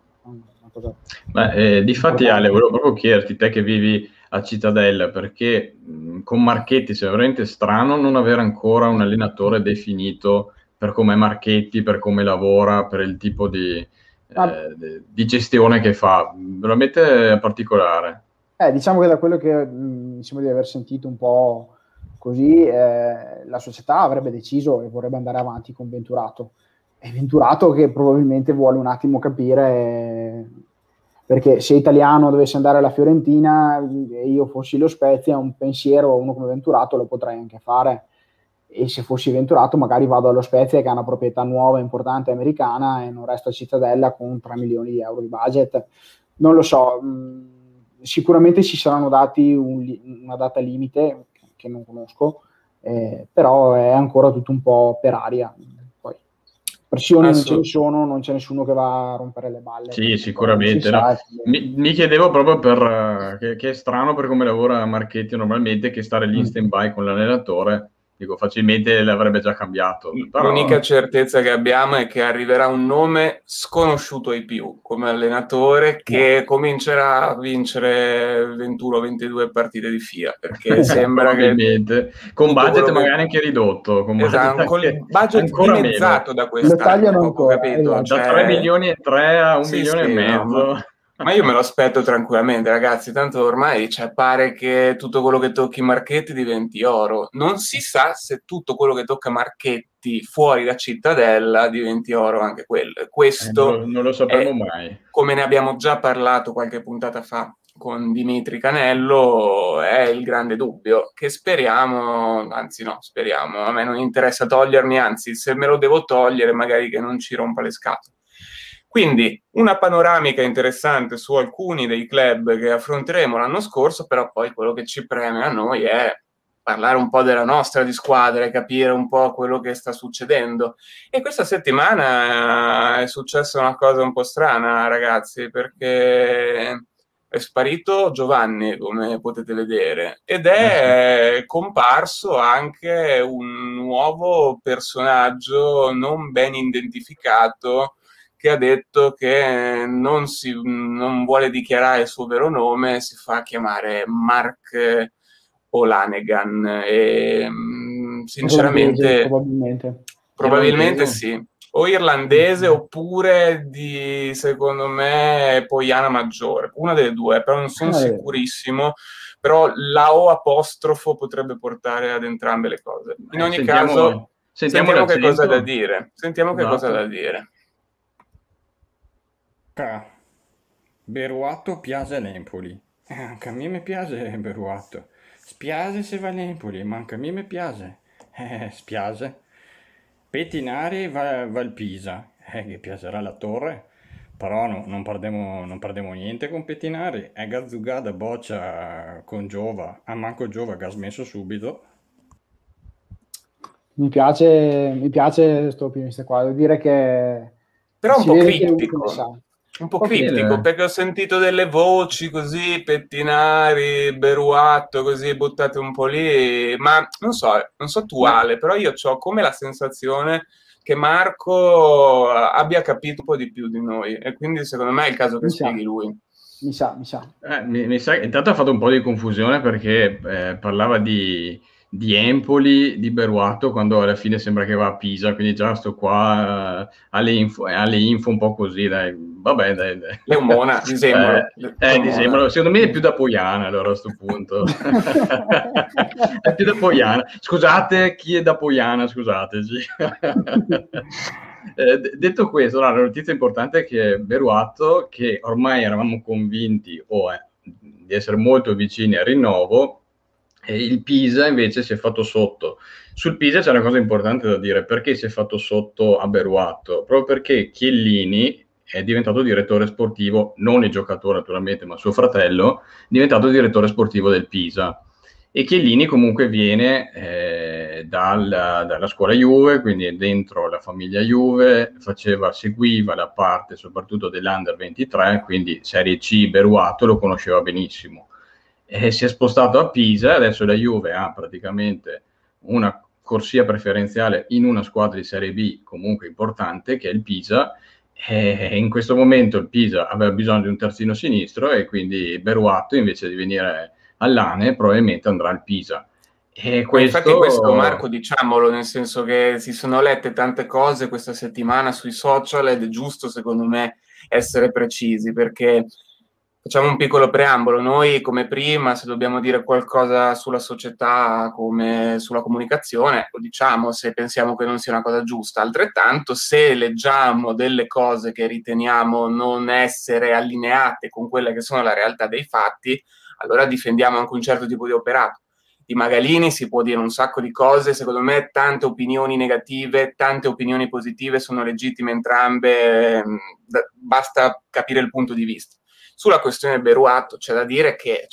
Difatti Ale, volevo proprio chiederti, te che vivi a Cittadella, perché con Marchetti sembra veramente strano non avere ancora un allenatore definito per come Marchetti, per come lavora, per il tipo di gestione che fa, veramente particolare. Diciamo che da quello che mi sembra di aver sentito un po' così, la società avrebbe deciso e vorrebbe andare avanti con Venturato. È Venturato che probabilmente vuole un attimo capire, perché se Italiano dovesse andare alla Fiorentina e io fossi lo Spezia, un pensiero a uno come Venturato lo potrei anche fare, e se fossi Venturato magari vado allo Spezia che ha una proprietà nuova, importante, americana, e non resto a Cittadella con 3 milioni di euro di budget. Non lo so, sicuramente ci saranno dati una data limite che non conosco, però è ancora tutto un po' per aria. Poi pressioni non ce ne sono, non c'è nessuno che va a rompere le balle. Sì, sicuramente. Mi chiedevo proprio che è strano per come lavora Marchetti normalmente, che stare lì in stand-by con l'allenatore, dico, facilmente l'avrebbe già cambiato. Però... L'unica certezza che abbiamo è che arriverà un nome sconosciuto ai più come allenatore, che comincerà a vincere 21-22 partite di fila, perché sembra che con budget magari anche ridotto, con il budget dimezzato da quest'anno, capito? Da 3 milioni e 3 a 1 milione e mezzo. Ma io me lo aspetto tranquillamente, ragazzi, tanto ormai pare che tutto quello che tocchi Marchetti diventi oro. Non si sa se tutto quello che tocca Marchetti fuori da Cittadella diventi oro anche quello. Questo non lo sapremo mai. Come ne abbiamo già parlato qualche puntata fa con Dimitri Canello, è il grande dubbio, che speriamo, a me non interessa togliermi, anzi, se me lo devo togliere magari che non ci rompa le scatole. Quindi una panoramica interessante su alcuni dei club che affronteremo l'anno scorso, però poi quello che ci preme a noi è parlare un po' della nostra di squadra e capire un po' quello che sta succedendo. E questa settimana è successa una cosa un po' strana, ragazzi, perché è sparito Giovanni, come potete vedere, ed è comparso anche un nuovo personaggio non ben identificato che ha detto che non vuole dichiarare il suo vero nome, si fa chiamare Mark O'Lanegan e sinceramente probabilmente sì, o irlandese oppure secondo me Poiana Maggiore, una delle due, però non sono sicurissimo, però la O apostrofo potrebbe portare ad entrambe le cose. In ogni caso sentiamo che cosa ha da dire, sentiamo che cosa ha da dire. Beruatto piace l'Empoli, anche a me mi piace Beruatto, spiace se va all'Empoli, ma anche a me mi piace, spiace. Pettinari va al Pisa, che piacerà la torre, però non perdiamo niente con Pettinari, è Gazzugada boccia con Giova, a manco Giova che ha smesso subito. Mi piace sto opinionista qua, devo dire che però un po' criptico. Un po' criptico, perché ho sentito delle voci così, Pettinari, Beruatto, così buttate un po' lì, ma non so tu Ale, però io ho come la sensazione che Marco abbia capito un po' di più di noi e quindi secondo me è il caso che spieghi lui. Mi sa. Mi sa che intanto ha fatto un po' di confusione perché parlava di Empoli, di Beruatto, quando alla fine sembra che va a Pisa, quindi già sto qua alle info un po' così, dai. Vabbè, dai. Leumona, Disembolo. Disembolo. Secondo me è più da Poiana allora a questo punto. È più da Poiana. Scusate, chi è da Poiana? Scusateci. Detto questo, la notizia importante è che Beruatto, che ormai eravamo convinti di essere molto vicini al rinnovo, e il Pisa invece si è fatto sotto. Sul Pisa c'è una cosa importante da dire: perché si è fatto sotto a Beruatto? Proprio perché Chiellini è diventato direttore sportivo, non il giocatore naturalmente, ma suo fratello, è diventato direttore sportivo del Pisa. E Chiellini comunque viene dalla scuola Juve, quindi dentro la famiglia Juve, seguiva la parte soprattutto dell'Under 23, quindi Serie C, Beruatto lo conosceva benissimo. E si è spostato a Pisa, adesso la Juve ha praticamente una corsia preferenziale in una squadra di Serie B comunque importante, che è il Pisa, e in questo momento il Pisa aveva bisogno di un terzino sinistro e quindi Beruatto, invece di venire all'Ane, probabilmente andrà al Pisa. E infatti questo, Marco, diciamolo, nel senso che si sono lette tante cose questa settimana sui social ed è giusto secondo me essere precisi, perché facciamo un piccolo preambolo. Noi, come prima, se dobbiamo dire qualcosa sulla società come sulla comunicazione, lo diciamo se pensiamo che non sia una cosa giusta. Altrettanto, se leggiamo delle cose che riteniamo non essere allineate con quelle che sono la realtà dei fatti, allora difendiamo anche un certo tipo di operato. Di Magalini si può dire un sacco di cose, secondo me tante opinioni negative, tante opinioni positive sono legittime entrambe, basta capire il punto di vista. Sulla questione Beruatto c'è da dire che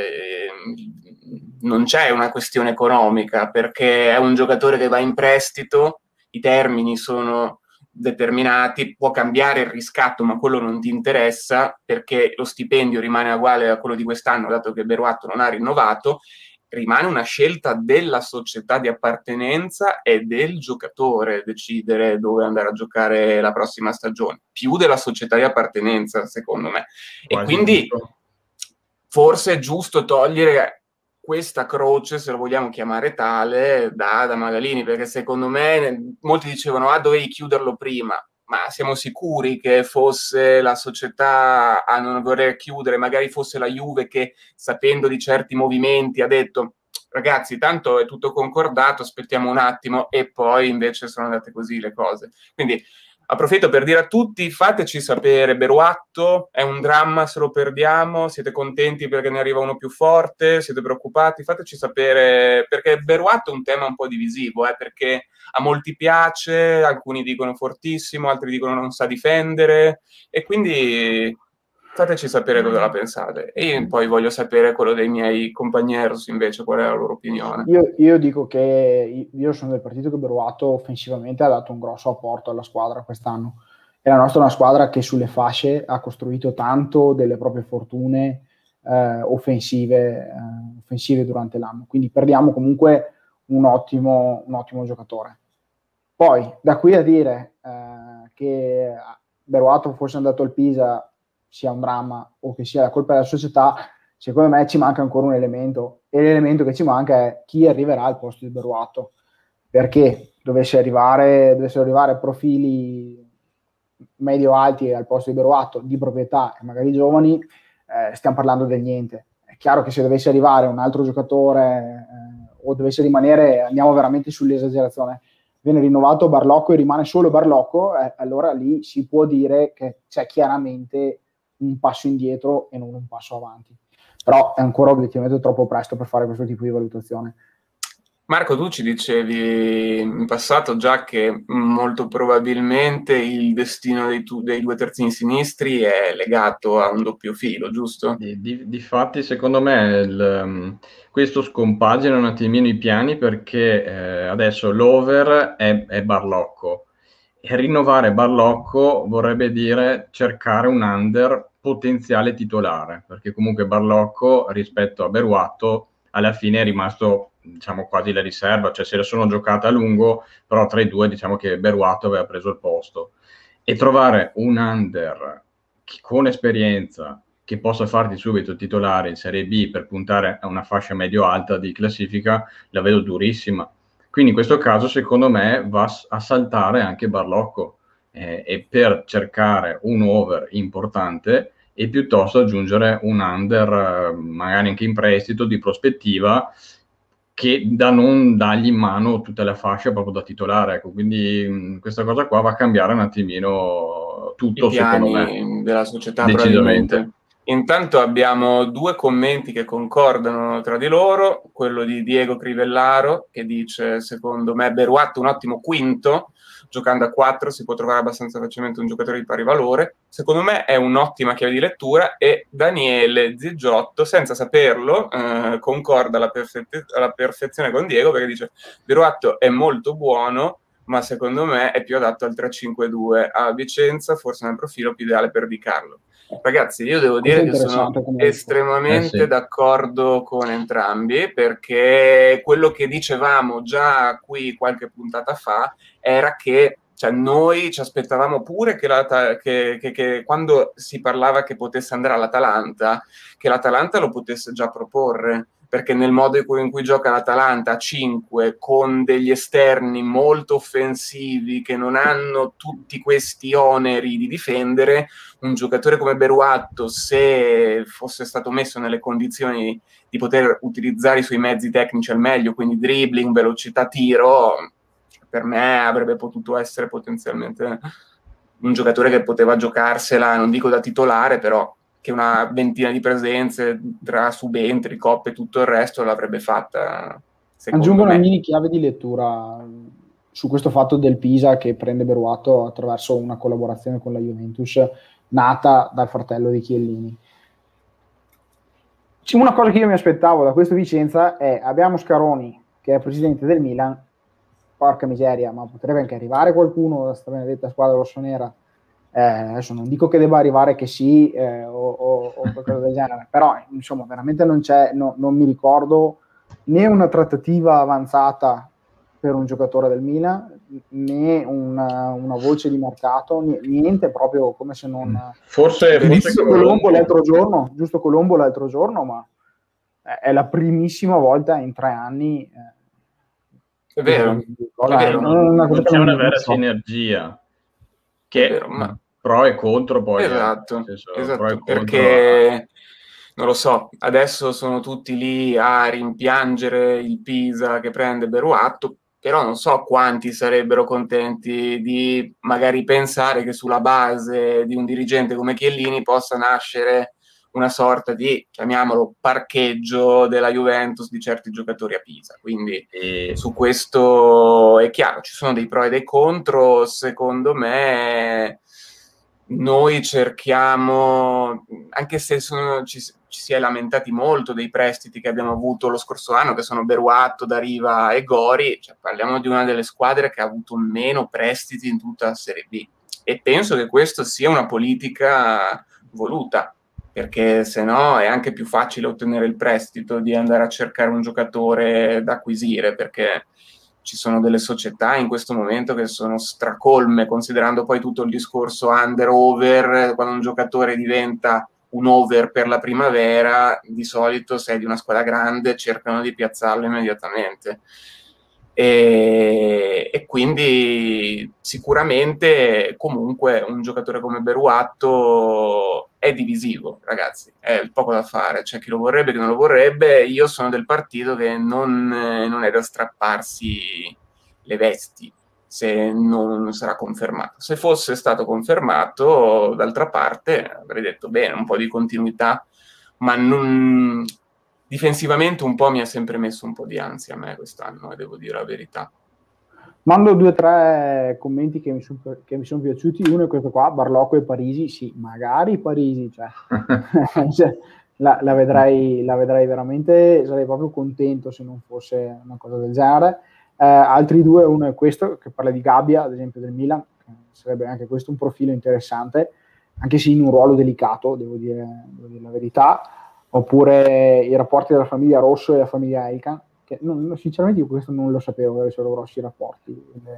non c'è una questione economica, perché è un giocatore che va in prestito, i termini sono determinati, può cambiare il riscatto, ma quello non ti interessa perché lo stipendio rimane uguale a quello di quest'anno, dato che Beruatto non ha rinnovato. Rimane una scelta della società di appartenenza e del giocatore decidere dove andare a giocare la prossima stagione, più della società di appartenenza, secondo me. E quindi forse è giusto togliere questa croce, se lo vogliamo chiamare tale, da Magalini, perché secondo me molti dicevano dovevi chiuderlo prima. Ma siamo sicuri che fosse la società a non voler chiudere, magari fosse la Juve che, sapendo di certi movimenti, ha detto ragazzi, tanto è tutto concordato, aspettiamo un attimo, e poi invece sono andate così le cose. Quindi approfitto per dire a tutti, fateci sapere, Beruatto è un dramma se lo perdiamo, siete contenti perché ne arriva uno più forte, siete preoccupati, fateci sapere, perché Beruatto è un tema un po' divisivo, perché a molti piace, alcuni dicono fortissimo, altri dicono non sa difendere, e quindi Fateci sapere cosa la pensate. E io poi voglio sapere quello dei miei compagneros, invece, qual è la loro opinione. Io dico che io sono del partito che Beruato offensivamente ha dato un grosso apporto alla squadra quest'anno. E la nostra è una squadra che sulle fasce ha costruito tanto delle proprie fortune offensive durante l'anno. Quindi perdiamo comunque un ottimo giocatore. Poi, da qui a dire che Beruato fosse andato al Pisa sia un dramma o che sia la colpa della società, secondo me ci manca ancora un elemento, e l'elemento che ci manca è chi arriverà al posto di Beruato, perché dovessero arrivare profili medio-alti al posto di Beruato, di proprietà e magari giovani, stiamo parlando del niente. È chiaro che se dovesse arrivare un altro giocatore o dovesse rimanere, andiamo veramente sull'esagerazione, viene rinnovato Barlocco e rimane solo Barlocco, allora lì si può dire che c'è chiaramente un passo indietro e non un passo avanti. Però è ancora obiettivamente troppo presto per fare questo tipo di valutazione. Marco, tu ci dicevi in passato già che molto probabilmente il destino dei due terzini sinistri è legato a un doppio filo, giusto? Difatti, secondo me questo scompagina un attimino i piani, perché adesso l'over è Barlocco. E rinnovare Barlocco vorrebbe dire cercare un under potenziale titolare, perché comunque Barlocco rispetto a Beruato alla fine è rimasto, diciamo, quasi la riserva, cioè se la sono giocata a lungo, però tra i due diciamo che Beruato aveva preso il posto. E trovare un under con esperienza che possa farti subito titolare in Serie B per puntare a una fascia medio-alta di classifica, la vedo durissima. Quindi in questo caso, secondo me, va a saltare anche Barlocco e per cercare un over importante e piuttosto aggiungere un under, magari anche in prestito, di prospettiva, che da non dargli in mano tutta la fascia proprio da titolare. Ecco, quindi questa cosa qua va a cambiare un attimino tutto, secondo me. I piani della società, Decisamente. probabilmente. Intanto abbiamo due commenti che concordano tra di loro, quello di Diego Crivellaro che dice: secondo me Beruato un ottimo quinto, giocando a 4 si può trovare abbastanza facilmente un giocatore di pari valore. Secondo me è un'ottima chiave di lettura. E Daniele Zigiotto, senza saperlo, concorda alla perfezione con Diego, perché dice: Beruato è molto buono, ma secondo me è più adatto al 3-5-2 a Vicenza, forse nel profilo più ideale per Di Carlo. Ragazzi, io devo dire che sono estremamente d'accordo con entrambi, perché quello che dicevamo già qui qualche puntata fa era che, cioè, noi ci aspettavamo pure che quando si parlava che potesse andare all'Atalanta, che l'Atalanta lo potesse già proporre, perché nel modo in cui gioca l'Atalanta a 5, con degli esterni molto offensivi che non hanno tutti questi oneri di difendere, un giocatore come Beruato, se fosse stato messo nelle condizioni di poter utilizzare i suoi mezzi tecnici al meglio, quindi dribbling, velocità, tiro, per me avrebbe potuto essere potenzialmente un giocatore che poteva giocarsela, non dico da titolare, però che una ventina di presenze tra subentri, coppe e tutto il resto l'avrebbe fatta. Aggiungo una mini chiave di lettura su questo fatto del Pisa che prende Beruato attraverso una collaborazione con la Juventus nata dal fratello di Chiellini. Una cosa che io mi aspettavo da questo Vicenza è: abbiamo Scaroni che è presidente del Milan, porca miseria, ma potrebbe anche arrivare qualcuno da questa benedetta squadra rossonera. Adesso non dico che debba arrivare che sì o qualcosa del genere, però insomma veramente non c'è, non mi ricordo né una trattativa avanzata per un giocatore del Milan, né una voce di mercato, niente, proprio come se non... Forse Colombo l'altro giorno, ma è la primissima volta in 3 anni. È vero, non c'è una vera sinergia, che vero, ma... pro e contro poi. Esatto, pro perché... Non lo so, adesso sono tutti lì a rimpiangere il Pisa che prende Beruato, però non so quanti sarebbero contenti di magari pensare che sulla base di un dirigente come Chiellini possa nascere una sorta di, chiamiamolo, parcheggio della Juventus di certi giocatori a Pisa. Quindi su questo è chiaro, ci sono dei pro e dei contro. Secondo me noi cerchiamo, anche se ci si è lamentati molto dei prestiti che abbiamo avuto lo scorso anno, che sono Beruatto, Dariva e Gori, cioè parliamo di una delle squadre che ha avuto meno prestiti in tutta la Serie B, e penso che questo sia una politica voluta, perché se no è anche più facile ottenere il prestito di andare a cercare un giocatore da acquisire, perché ci sono delle società in questo momento che sono stracolme, considerando poi tutto il discorso under-over, quando un giocatore diventa un over per la primavera, di solito se è di una squadra grande cercano di piazzarlo immediatamente. E quindi sicuramente comunque un giocatore come Beruatto è divisivo, ragazzi, è poco da fare, c'è chi lo vorrebbe, chi non lo vorrebbe. Io sono del partito che non è da strapparsi le vesti se non sarà confermato. Se fosse stato confermato, d'altra parte avrei detto bene, un po' di continuità, ma non... difensivamente un po' mi ha sempre messo un po' di ansia a me quest'anno, devo dire la verità. Mando 2 o 3 commenti che mi sono piaciuti. Uno è questo qua, Barlocco e Parisi. Sì, magari Parisi, cioè, la vedrei veramente, sarei proprio contento se non fosse una cosa del genere. Altri due, uno è questo che parla di Gabbia, ad esempio del Milan, sarebbe anche questo un profilo interessante, anche se in un ruolo delicato, devo dire la verità. Oppure i rapporti della famiglia Rosso e la famiglia Elkan, che sinceramente io questo non lo sapevo, avessero grossi rapporti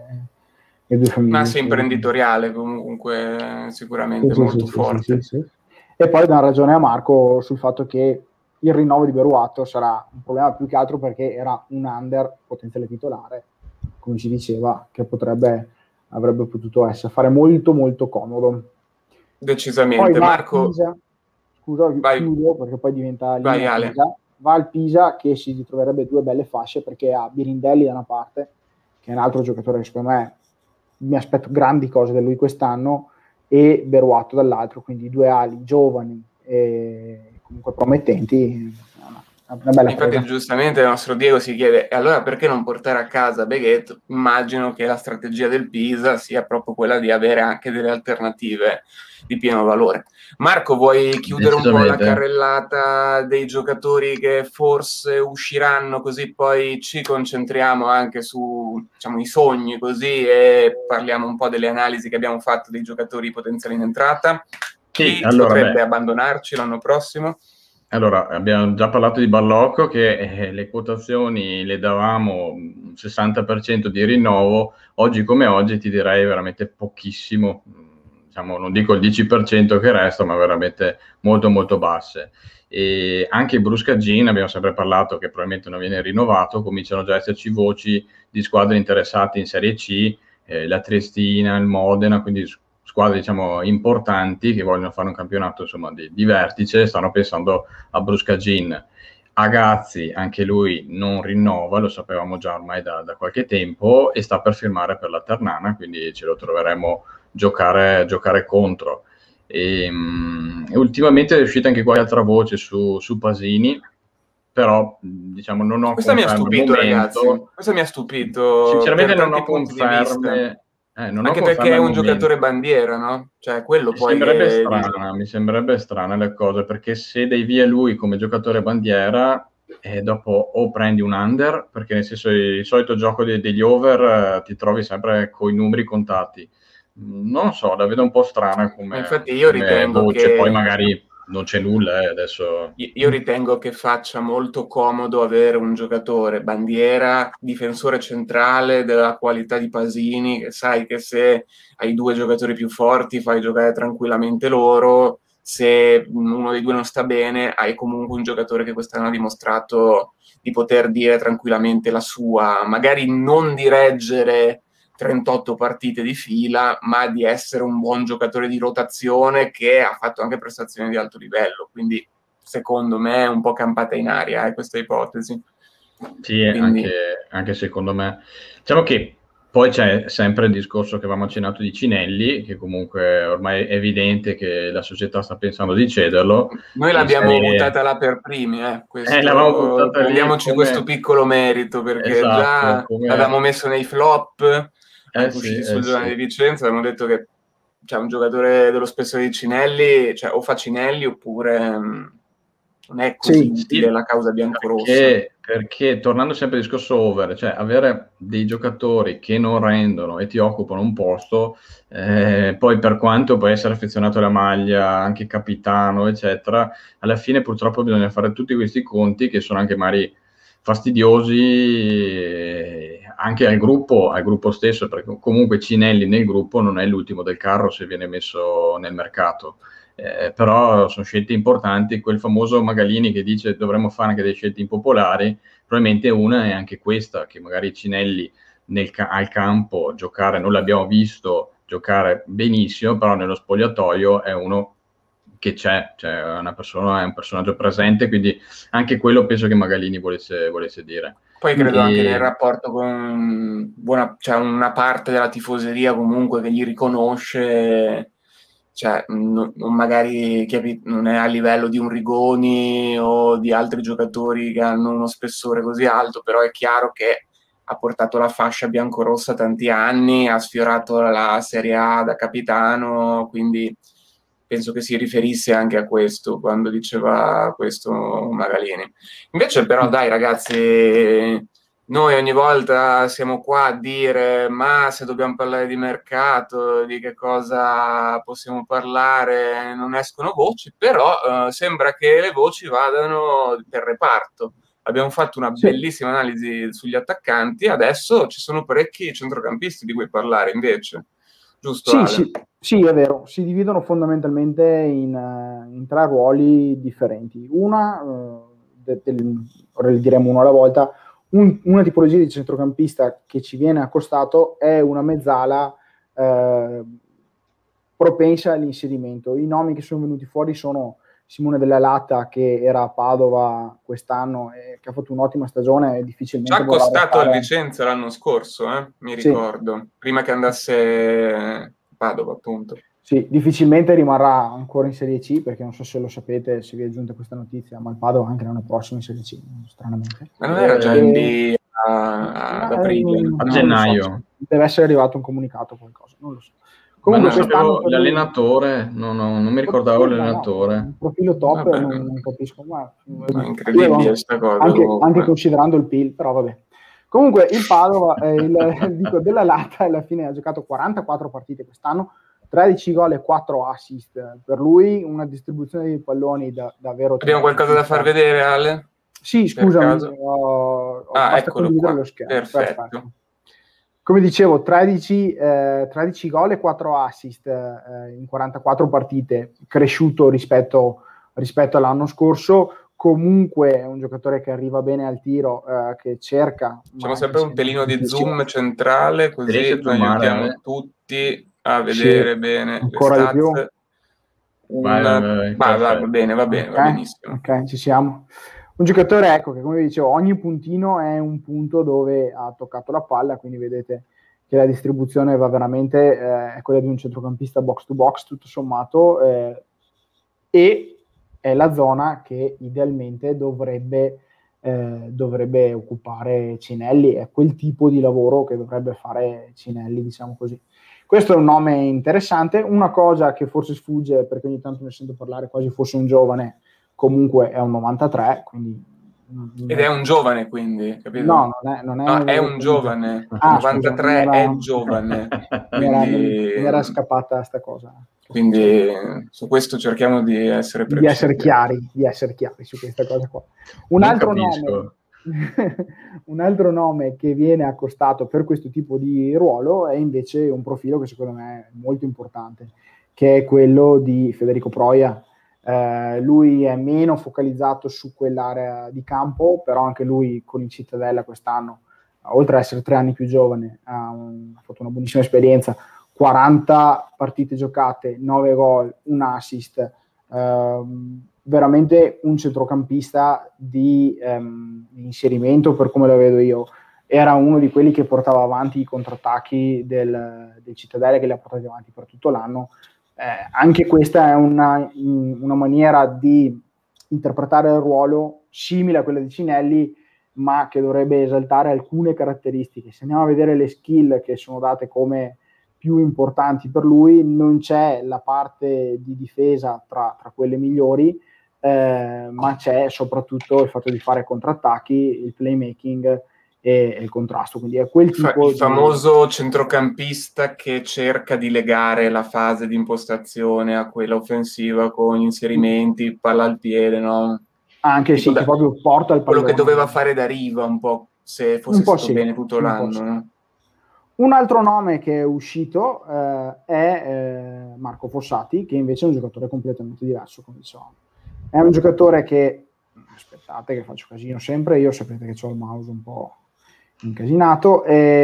le due famiglie. Massa imprenditoriale comunque sicuramente molto forte. Sì. E poi dà ragione a Marco sul fatto che il rinnovo di Beruatto sarà un problema più che altro perché era un under potenziale titolare, come si diceva, che avrebbe potuto fare molto molto comodo. Decisamente. Poi Marco, scusa, chiudo perché poi diventa Pisa. Va al Pisa che si ritroverebbe due belle fasce, perché ha Birindelli da una parte, che è un altro giocatore che secondo me mi aspetto grandi cose da lui quest'anno, e Beruatto dall'altro, quindi due ali giovani e comunque promettenti. Una bella infatti presa. Giustamente il nostro Diego si chiede: e allora perché non portare a casa Beghet? Immagino che la strategia del Pisa sia proprio quella di avere anche delle alternative di pieno valore. Marco, vuoi chiudere un po' la carrellata dei giocatori che forse usciranno, così poi ci concentriamo anche su, diciamo, i sogni, così, e parliamo un po' delle analisi che abbiamo fatto dei giocatori potenziali in entrata? Chi potrebbe abbandonarci l'anno prossimo? Allora, abbiamo già parlato di Ballocco, che le quotazioni le davamo un 60% di rinnovo. Oggi come oggi ti direi veramente pochissimo, diciamo, non dico il 10% che resta, ma veramente molto molto basse. E anche Bruscagin, abbiamo sempre parlato che probabilmente non viene rinnovato, cominciano già a esserci voci di squadre interessate in Serie C, la Triestina, il Modena, quindi squadre, diciamo, importanti che vogliono fare un campionato, insomma, di vertice, stanno pensando a Bruscagin. Agazzi, anche lui non rinnova, lo sapevamo già ormai da qualche tempo, e sta per firmare per la Ternana, quindi ce lo troveremo giocare contro. E ultimamente è uscita anche qualche altra voce su Pasini, però diciamo non ho conferme. Questa mi ha stupito, ragazzi. Questa mi ha stupito. Sinceramente non ho conferme. Anche perché è un giocatore bandiera, no? Cioè, quello poi mi sembrerebbe strana le cose, perché se dai via lui come giocatore bandiera, dopo o prendi un under, perché nel senso il solito gioco degli over ti trovi sempre coi numeri contati. Non so, la vedo un po' strana come, infatti io ritengo voce, poi magari non c'è nulla adesso. Io ritengo che faccia molto comodo avere un giocatore bandiera, difensore centrale della qualità di Pasini, che sai che se hai due giocatori più forti fai giocare tranquillamente loro, se uno dei due non sta bene hai comunque un giocatore che quest'anno ha dimostrato di poter dire tranquillamente la sua, magari non di reggere 38 partite di fila, ma di essere un buon giocatore di rotazione che ha fatto anche prestazioni di alto livello, quindi secondo me è un po' campata in aria questa ipotesi. Sì, quindi... anche secondo me. Diciamo che poi c'è sempre il discorso che avevamo accennato di Cinelli, che comunque ormai è evidente che la società sta pensando di cederlo. Noi l'abbiamo buttata là per primi, prendiamoci questo piccolo merito, perché già l'avevamo messo nei flop, anche usciti sul giornale di Vicenza, abbiamo detto che cioè, un giocatore dello spessore di Cinelli, cioè, o fa Cinelli oppure non è così utile la causa biancorossa. Perché tornando sempre al discorso over, cioè avere dei giocatori che non rendono e ti occupano un posto, poi per quanto puoi essere affezionato alla maglia, anche capitano, eccetera, alla fine purtroppo bisogna fare tutti questi conti che sono anche magari fastidiosi anche al gruppo stesso, perché comunque Cinelli nel gruppo non è l'ultimo del carro se viene messo nel mercato. Però sono scelte importanti. Quel famoso Magalini che dice dovremmo fare anche delle scelte impopolari, probabilmente una è anche questa, che magari Cinelli al campo giocare, non l'abbiamo visto giocare benissimo, però nello spogliatoio è uno che c'è, cioè è un personaggio presente, quindi anche quello penso che Magalini volesse dire. Poi credo anche nel rapporto con cioè una parte della tifoseria comunque che gli riconosce, cioè non magari non è a livello di un Rigoni o di altri giocatori che hanno uno spessore così alto, però è chiaro che ha portato la fascia biancorossa tanti anni, ha sfiorato la Serie A da capitano, quindi penso che si riferisse anche a questo quando diceva questo Magalini. Invece però dai ragazzi, noi ogni volta siamo qua a dire ma se dobbiamo parlare di mercato, di che cosa possiamo parlare, non escono voci, però sembra che le voci vadano per reparto. Abbiamo fatto una bellissima analisi sugli attaccanti, adesso ci sono parecchi centrocampisti di cui parlare invece. Giusto, sì, è vero, si dividono fondamentalmente in tre ruoli differenti. Ora le diremo uno alla volta. Una tipologia di centrocampista che ci viene accostato è una mezzala propensa all'inserimento. I nomi che sono venuti fuori sono Simone Della Latta, che era a Padova quest'anno e che ha fatto un'ottima stagione, e difficilmente ci ha costato al Vicenza l'anno scorso, mi ricordo, prima che andasse a Padova, appunto. Sì, difficilmente rimarrà ancora in Serie C, perché non so se lo sapete, se vi è giunta questa notizia, ma il Padova anche l'anno prossimo in Serie C, stranamente. Ma non era già in B ad aprile? A gennaio. Deve essere arrivato un comunicato o qualcosa, non lo so. Comunque, non sapevo l'allenatore, non mi ricordavo l'allenatore. Un profilo top, non capisco. Ma è incredibile questa cosa. Anche considerando il PIL, però vabbè. Comunque il Padova, dico, Della Latta alla fine ha giocato 44 partite quest'anno, 13 gol e 4 assist per lui, una distribuzione di palloni davvero... Abbiamo qualcosa da far vedere, Ale? Sì, scusami, basta eccolo condividere qua. Lo schermo. Perfetto. Come dicevo, 13 gol e 4 assist in 44 partite, cresciuto rispetto all'anno scorso. Comunque è un giocatore che arriva bene al tiro, che cerca... Facciamo sempre un pelino di zoom centrale, così aiutiamo tutti a vedere bene ancora le stats. Di più. Va bene, va benissimo. Ok, ci siamo. Un giocatore, ecco, che come vi dicevo, ogni puntino è un punto dove ha toccato la palla, quindi vedete che la distribuzione va veramente, è quella di un centrocampista box to box, tutto sommato, e è la zona che idealmente dovrebbe occupare Cinelli, è quel tipo di lavoro che dovrebbe fare Cinelli, diciamo così. Questo è un nome interessante. Una cosa che forse sfugge, perché ogni tanto ne sento parlare quasi fosse un giovane, comunque è un 93, quindi... Ed è un giovane, quindi, capito? No, non è, è un giovane. 93 è giovane. Mi era scappata sta cosa. Quindi su questo cerchiamo di essere precisi. Di essere chiari su questa cosa qua. Un altro nome che viene accostato per questo tipo di ruolo è invece un profilo che secondo me è molto importante, che è quello di Federico Proia. Lui è meno focalizzato su quell'area di campo, però anche lui con il Cittadella quest'anno, oltre ad essere 3 anni più giovane, ha fatto una buonissima esperienza, 40 partite giocate, 9 gol, un assist, veramente un centrocampista di inserimento per come lo vedo io. Era uno di quelli che portava avanti i contrattacchi del Cittadella, che li ha portati avanti per tutto l'anno. Anche questa è una maniera di interpretare il ruolo simile a quella di Cinelli, ma che dovrebbe esaltare alcune caratteristiche. Se andiamo a vedere le skill che sono date come più importanti per lui. Non c'è la parte di difesa tra quelle migliori, ma c'è soprattutto il fatto di fare contrattacchi, il playmaking e il contrasto, quindi è quel tipo il famoso centrocampista che cerca di legare la fase di impostazione a quella offensiva con inserimenti, palla al piede, no? Anche tipo che proprio porta il pallone. Quello che doveva fare da Riva un po', se fosse stato bene tutto l'anno, sì. no? Un altro nome che è uscito è Marco Fossati, che invece è un giocatore completamente diverso, come dicevamo. È un giocatore che, aspettate che faccio casino sempre, io sapete che ho il mouse un po' incasinato.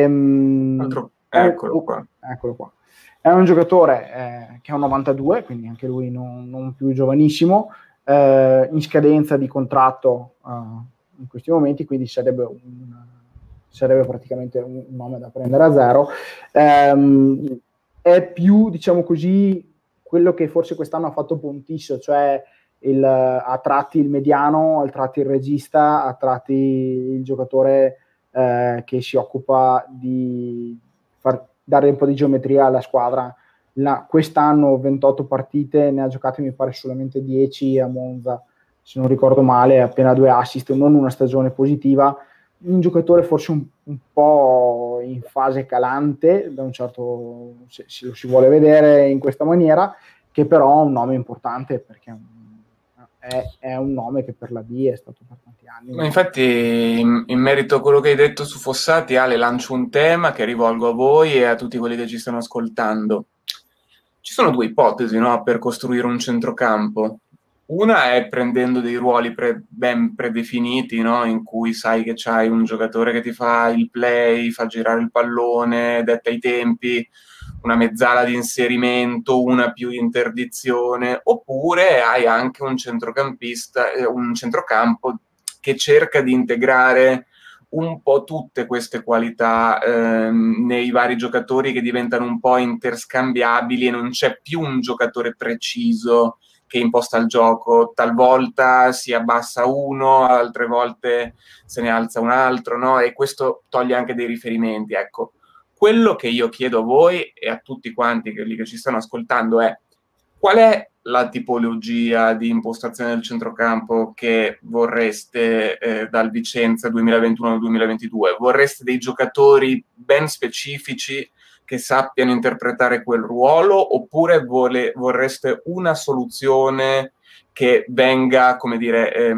Eccolo qua. Eccolo qua. È un giocatore che ha un 92, quindi anche lui non più giovanissimo, in scadenza di contratto in questi momenti, quindi sarebbe praticamente un nome da prendere a zero. È più, diciamo così, quello che forse quest'anno ha fatto Pontisso, cioè a tratti il mediano, a tratti il regista, a tratti il giocatore che si occupa di dare un po' di geometria alla squadra. Quest'anno 28 partite, ne ha giocate mi pare solamente 10 a Monza, se non ricordo male, appena 2 assist, non una stagione positiva. Un giocatore forse un po' in fase calante, da un certo, se lo si vuole vedere in questa maniera, che però ha un nome importante, perché è un nome che per la B è stato per tanti anni. Ma infatti, in merito a quello che hai detto su Fossati, Ale, lancio un tema che rivolgo a voi e a tutti quelli che ci stanno ascoltando. Ci sono 2 ipotesi, no, per costruire un centrocampo. Una è prendendo dei ruoli ben predefiniti, no, in cui sai che c'hai un giocatore che ti fa il play, fa girare il pallone, detta i tempi, una mezzala di inserimento, una più di interdizione, oppure hai anche un centrocampista, un centrocampo che cerca di integrare un po' tutte queste qualità nei vari giocatori, che diventano un po' interscambiabili e non c'è più un giocatore preciso che imposta il gioco. Talvolta si abbassa uno, altre volte se ne alza un altro, no? E questo toglie anche dei riferimenti. Ecco, quello che io chiedo a voi e a tutti quanti che ci stanno ascoltando è: qual è la tipologia di impostazione del centrocampo che vorreste dal Vicenza 2021-2022? Vorreste dei giocatori ben specifici che sappiano interpretare quel ruolo, oppure vorreste una soluzione che venga, come dire,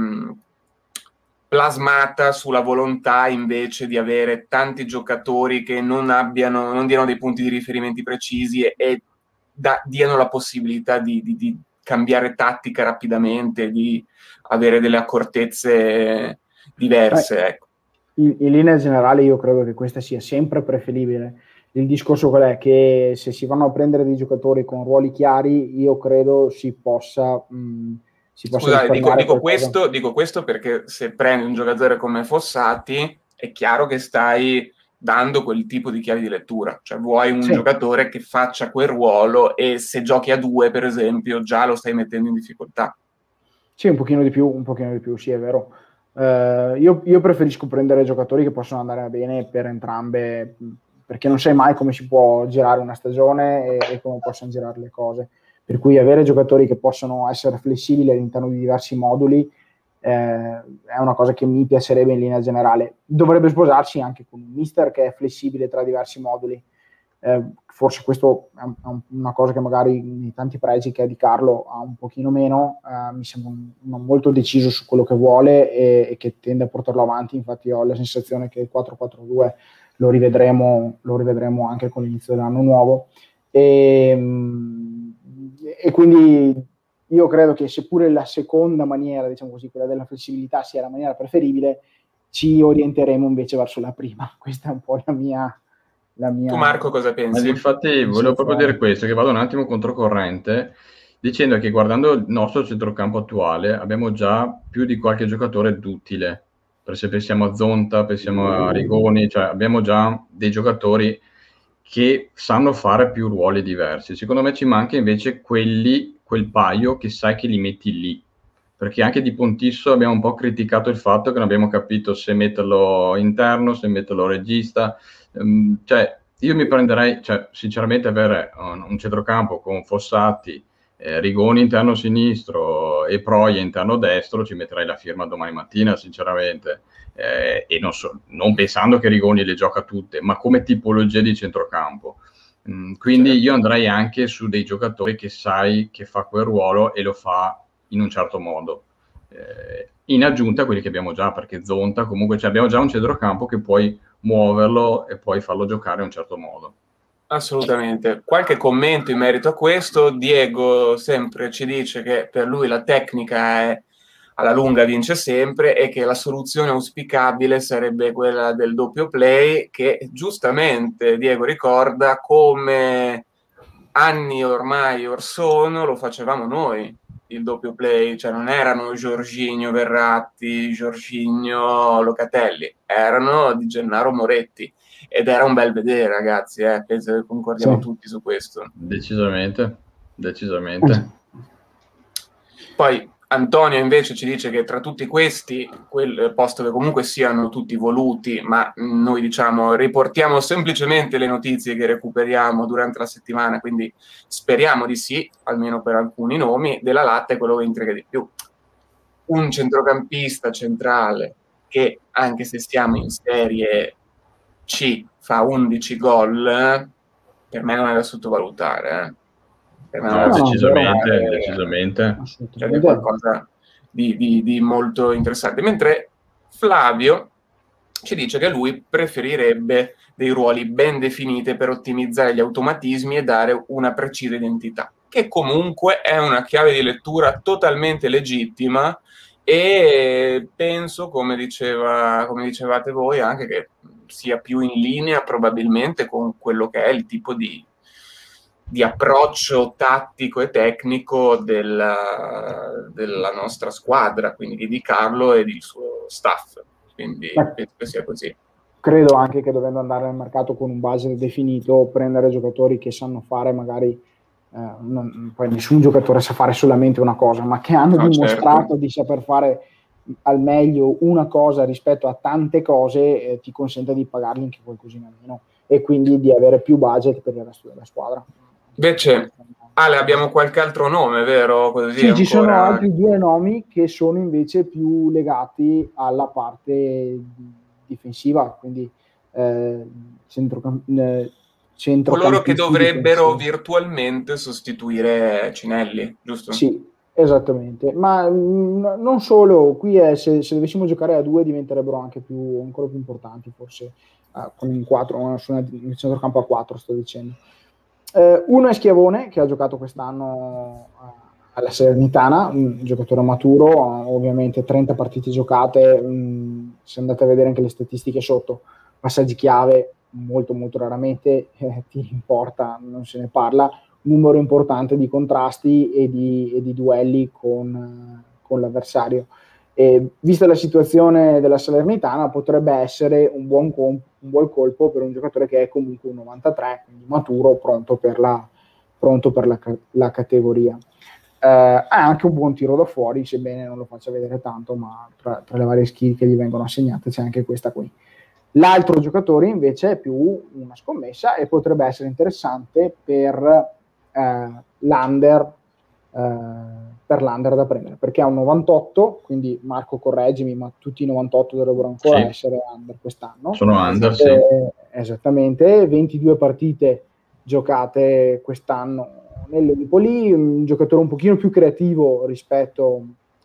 plasmata sulla volontà invece di avere tanti giocatori che non diano dei punti di riferimenti precisi e diano la possibilità di cambiare tattica rapidamente, di avere delle accortezze diverse? Ecco. In linea generale io credo che questa sia sempre preferibile. Il discorso qual è? Che se si vanno a prendere dei giocatori con ruoli chiari, io credo si possa Scusate, dico questo perché se prendi un giocatore come Fossati è chiaro che stai dando quel tipo di chiavi di lettura, cioè vuoi un giocatore che faccia quel ruolo, e se giochi a 2 per esempio già lo stai mettendo in difficoltà. Sì, un pochino di più, sì, è vero. Io preferisco prendere giocatori che possono andare bene per entrambe, perché non sai mai come si può girare una stagione e come possono girare le cose, per cui avere giocatori che possono essere flessibili all'interno di diversi moduli è una cosa che mi piacerebbe in linea generale. Dovrebbe sposarsi anche con un mister che è flessibile tra diversi moduli. Forse questo è una cosa che magari nei tanti pregi che ha Di Carlo ha un pochino meno. Mi sembra molto deciso su quello che vuole e che tende a portarlo avanti. Infatti ho la sensazione che il 4-4-2 lo rivedremo anche con l'inizio dell'anno nuovo, e quindi io credo che seppure la seconda maniera, diciamo così, quella della flessibilità, sia la maniera preferibile, ci orienteremo invece verso la prima. Questa è un po' la mia... Tu Marco cosa pensi? Infatti volevo proprio dire questo, che vado un attimo controcorrente, dicendo che guardando il nostro centrocampo attuale abbiamo già più di qualche giocatore d'utile. Se pensiamo a Zonta, pensiamo a Rigoni, cioè abbiamo già dei giocatori che sanno fare più ruoli diversi. Secondo me ci manca invece quel paio che sai che li metti lì, perché anche di Pontisso abbiamo un po' criticato il fatto che non abbiamo capito se metterlo interno, se metterlo regista, cioè io mi prenderei, cioè, sinceramente, avere un centrocampo con Fossati, Rigoni interno sinistro e Proie interno destro, ci metterei la firma domani mattina, sinceramente. E non pensando che Rigoni le gioca tutte, ma come tipologia di centrocampo. Quindi certo. io andrei anche su dei giocatori che sai che fa quel ruolo e lo fa in un certo modo. In aggiunta a quelli che abbiamo già, perché Zonta comunque abbiamo già un centrocampo che puoi muoverlo e poi farlo giocare in un certo modo. Assolutamente. Qualche commento in merito a questo? Diego sempre ci dice che per lui la tecnica è alla lunga vince sempre e che la soluzione auspicabile sarebbe quella del doppio play, che giustamente Diego ricorda come anni ormai or sono lo facevamo noi il doppio play, cioè non erano Jorginho Verratti, Jorginho Locatelli, erano Di Gennaro Moretti. Ed era un bel vedere, ragazzi, penso che concordiamo tutti su questo. Decisamente. Poi Antonio invece ci dice che tra tutti questi, posto che comunque siano tutti voluti, ma noi diciamo riportiamo semplicemente le notizie che recuperiamo durante la settimana, quindi speriamo di sì, almeno per alcuni nomi, Della Latte è quello che intriga di più. Un centrocampista centrale che, anche se siamo in Serie C, fa 11 gol, per me non è da sottovalutare. Per me non è da decisamente. Cioè è qualcosa di molto interessante. Mentre Flavio ci dice che lui preferirebbe dei ruoli ben definiti per ottimizzare gli automatismi e dare una precisa identità, che comunque è una chiave di lettura totalmente legittima e penso, come dicevate voi, anche che sia più in linea probabilmente con quello che è il tipo di approccio tattico e tecnico della nostra squadra, quindi di Di Carlo e del suo staff. Quindi penso che sia così. Credo anche che dovendo andare al mercato con un budget definito, prendere giocatori che sanno fare magari poi nessun giocatore sa fare solamente una cosa, ma che hanno dimostrato di saper fare al meglio una cosa rispetto a tante cose, ti consente di pagarli anche qualcosina meno e quindi di avere più budget per il resto della squadra. Invece, Ale, abbiamo qualche altro nome, vero? Così sì, ci sono altri due nomi che sono invece più legati alla parte difensiva, quindi coloro che dovrebbero virtualmente sostituire Cinelli, giusto? Sì, esattamente, ma non solo, qui se dovessimo giocare a due diventerebbero anche ancora più importanti forse, con un 4, un centrocampo a 4 sto dicendo. Uno è Schiavone, che ha giocato quest'anno alla Salernitana, un giocatore maturo, ovviamente 30 partite giocate, se andate a vedere anche le statistiche sotto, passaggi chiave molto molto raramente, tiri in porta non se ne parla, numero importante di contrasti e di duelli con l'avversario. Vista la situazione della Salernitana, potrebbe essere un buon colpo per un giocatore che è comunque un 93, quindi maturo, pronto per la categoria. Ha anche un buon tiro da fuori, sebbene non lo faccia vedere tanto, ma tra le varie skill che gli vengono assegnate c'è anche questa qui. L'altro giocatore invece è più una scommessa e potrebbe essere interessante per l'under da prendere, perché ha un 98, quindi Marco correggimi, ma tutti i 98 dovrebbero ancora essere under quest'anno. Sono under, sì. Esattamente, 22 partite giocate quest'anno nell'Empoli, un giocatore un pochino più creativo rispetto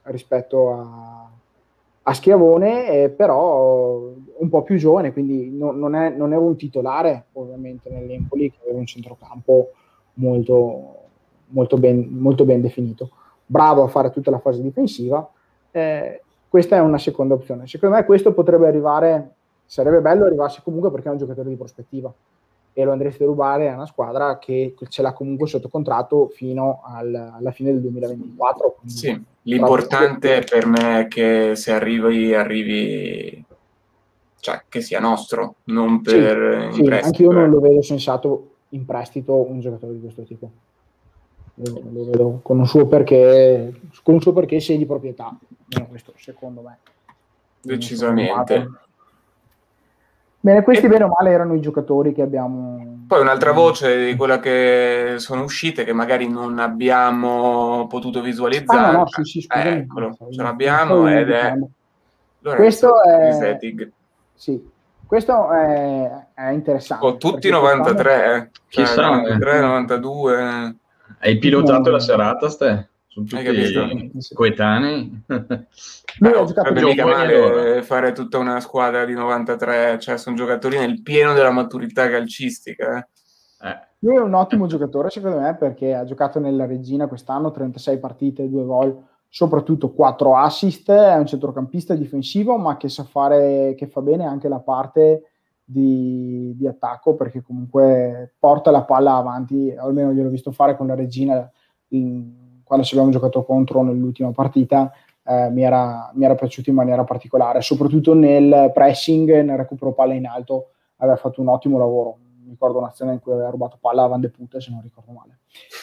a Schiavone, però un po' più giovane, quindi non è un titolare ovviamente nell'Empoli, che aveva un centrocampo molto ben definito, bravo a fare tutta la fase difensiva. Questa è una seconda opzione. Secondo me questo sarebbe bello arrivarsi comunque, perché è un giocatore di prospettiva e lo andreste a rubare a una squadra che ce l'ha comunque sotto contratto fino alla fine del 2024. Sì, l'importante per me è che se arrivi, cioè che sia nostro, non per in prestito. Anche io non lo vedo sensato in prestito un giocatore di questo tipo. Lo vedo con un suo perché se di proprietà, questo secondo me decisamente. Bene, questi bene o male erano i giocatori che abbiamo... Poi un'altra voce di quella che sono uscite, che magari non abbiamo potuto visualizzare. No, sì, scusami. Eccolo, ce l'abbiamo ed è Lorenzo Krisetig. Sì, questo è interessante. Tutti 93, Chissà, 93, 92. Hai pilotato la serata, Ste? Sono Hai tutti capito? coetanei. Lui ha giocato sarebbe mica male fare tutta una squadra di 93, cioè sono giocatori nel pieno della maturità calcistica. Lui è un ottimo giocatore, secondo me, perché ha giocato nella Regina quest'anno, 36 partite, 2 gol, soprattutto 4 assist, è un centrocampista difensivo, ma che sa fare, che fa bene anche la parte di attacco, perché comunque porta la palla avanti, almeno gliel'ho visto fare con la Regina quando ci abbiamo giocato contro nell'ultima partita. Mi era piaciuto in maniera particolare, soprattutto nel pressing, nel recupero palla in alto, aveva fatto un ottimo lavoro. Mi ricordo un'azione in cui aveva rubato palla a Van de Putte, se non ricordo male.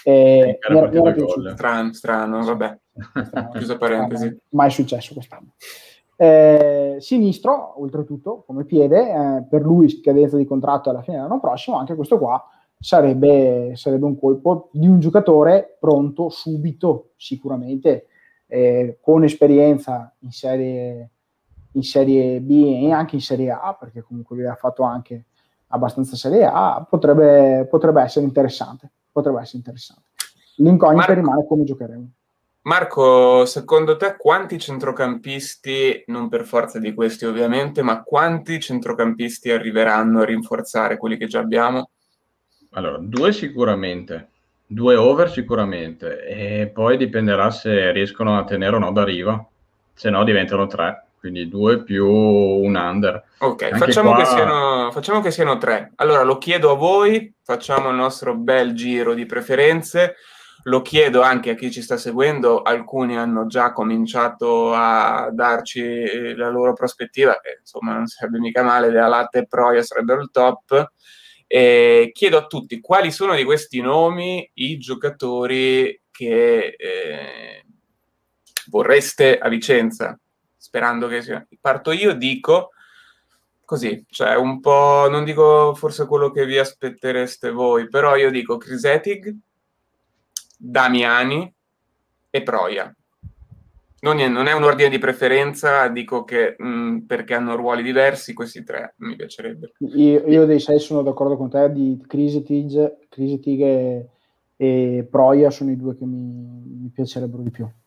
Mi era piaciuto. Strano, vabbè. Chiusa parentesi. Mai successo quest'anno. Sinistro, oltretutto, come piede, per lui scadenza di contratto alla fine dell'anno prossimo, anche questo qua sarebbe un colpo di un giocatore pronto subito, sicuramente, con esperienza in Serie B e anche in Serie A, perché comunque lui ha fatto anche abbastanza Serie A, potrebbe essere interessante. L'incognita rimane come giocheremo. Marco, secondo te quanti centrocampisti, non per forza di questi ovviamente, ma quanti centrocampisti arriveranno a rinforzare quelli che già abbiamo? Allora, 2 sicuramente, 2 over sicuramente, e poi dipenderà se riescono a tenere o no da riva, se no diventano 3, quindi 2 più un under. Ok, facciamo che siano 3. Allora lo chiedo a voi, facciamo il nostro bel giro di preferenze. Lo chiedo anche a chi ci sta seguendo, alcuni hanno già cominciato a darci la loro prospettiva, che insomma non sarebbe mica male, della Latte e Proia sarebbero il top. E chiedo a tutti quali sono di questi nomi i giocatori che vorreste a Vicenza, sperando che sia. Parto io, dico così, cioè un po', non dico forse quello che vi aspettereste voi, però io dico Krisetig, Damiani e Proia. Non è un ordine di preferenza, dico che perché hanno ruoli diversi, questi 3 mi piacerebbe. Io dei 6 sono d'accordo con te, di Krisetig e Proia sono i 2 che mi piacerebbero di più.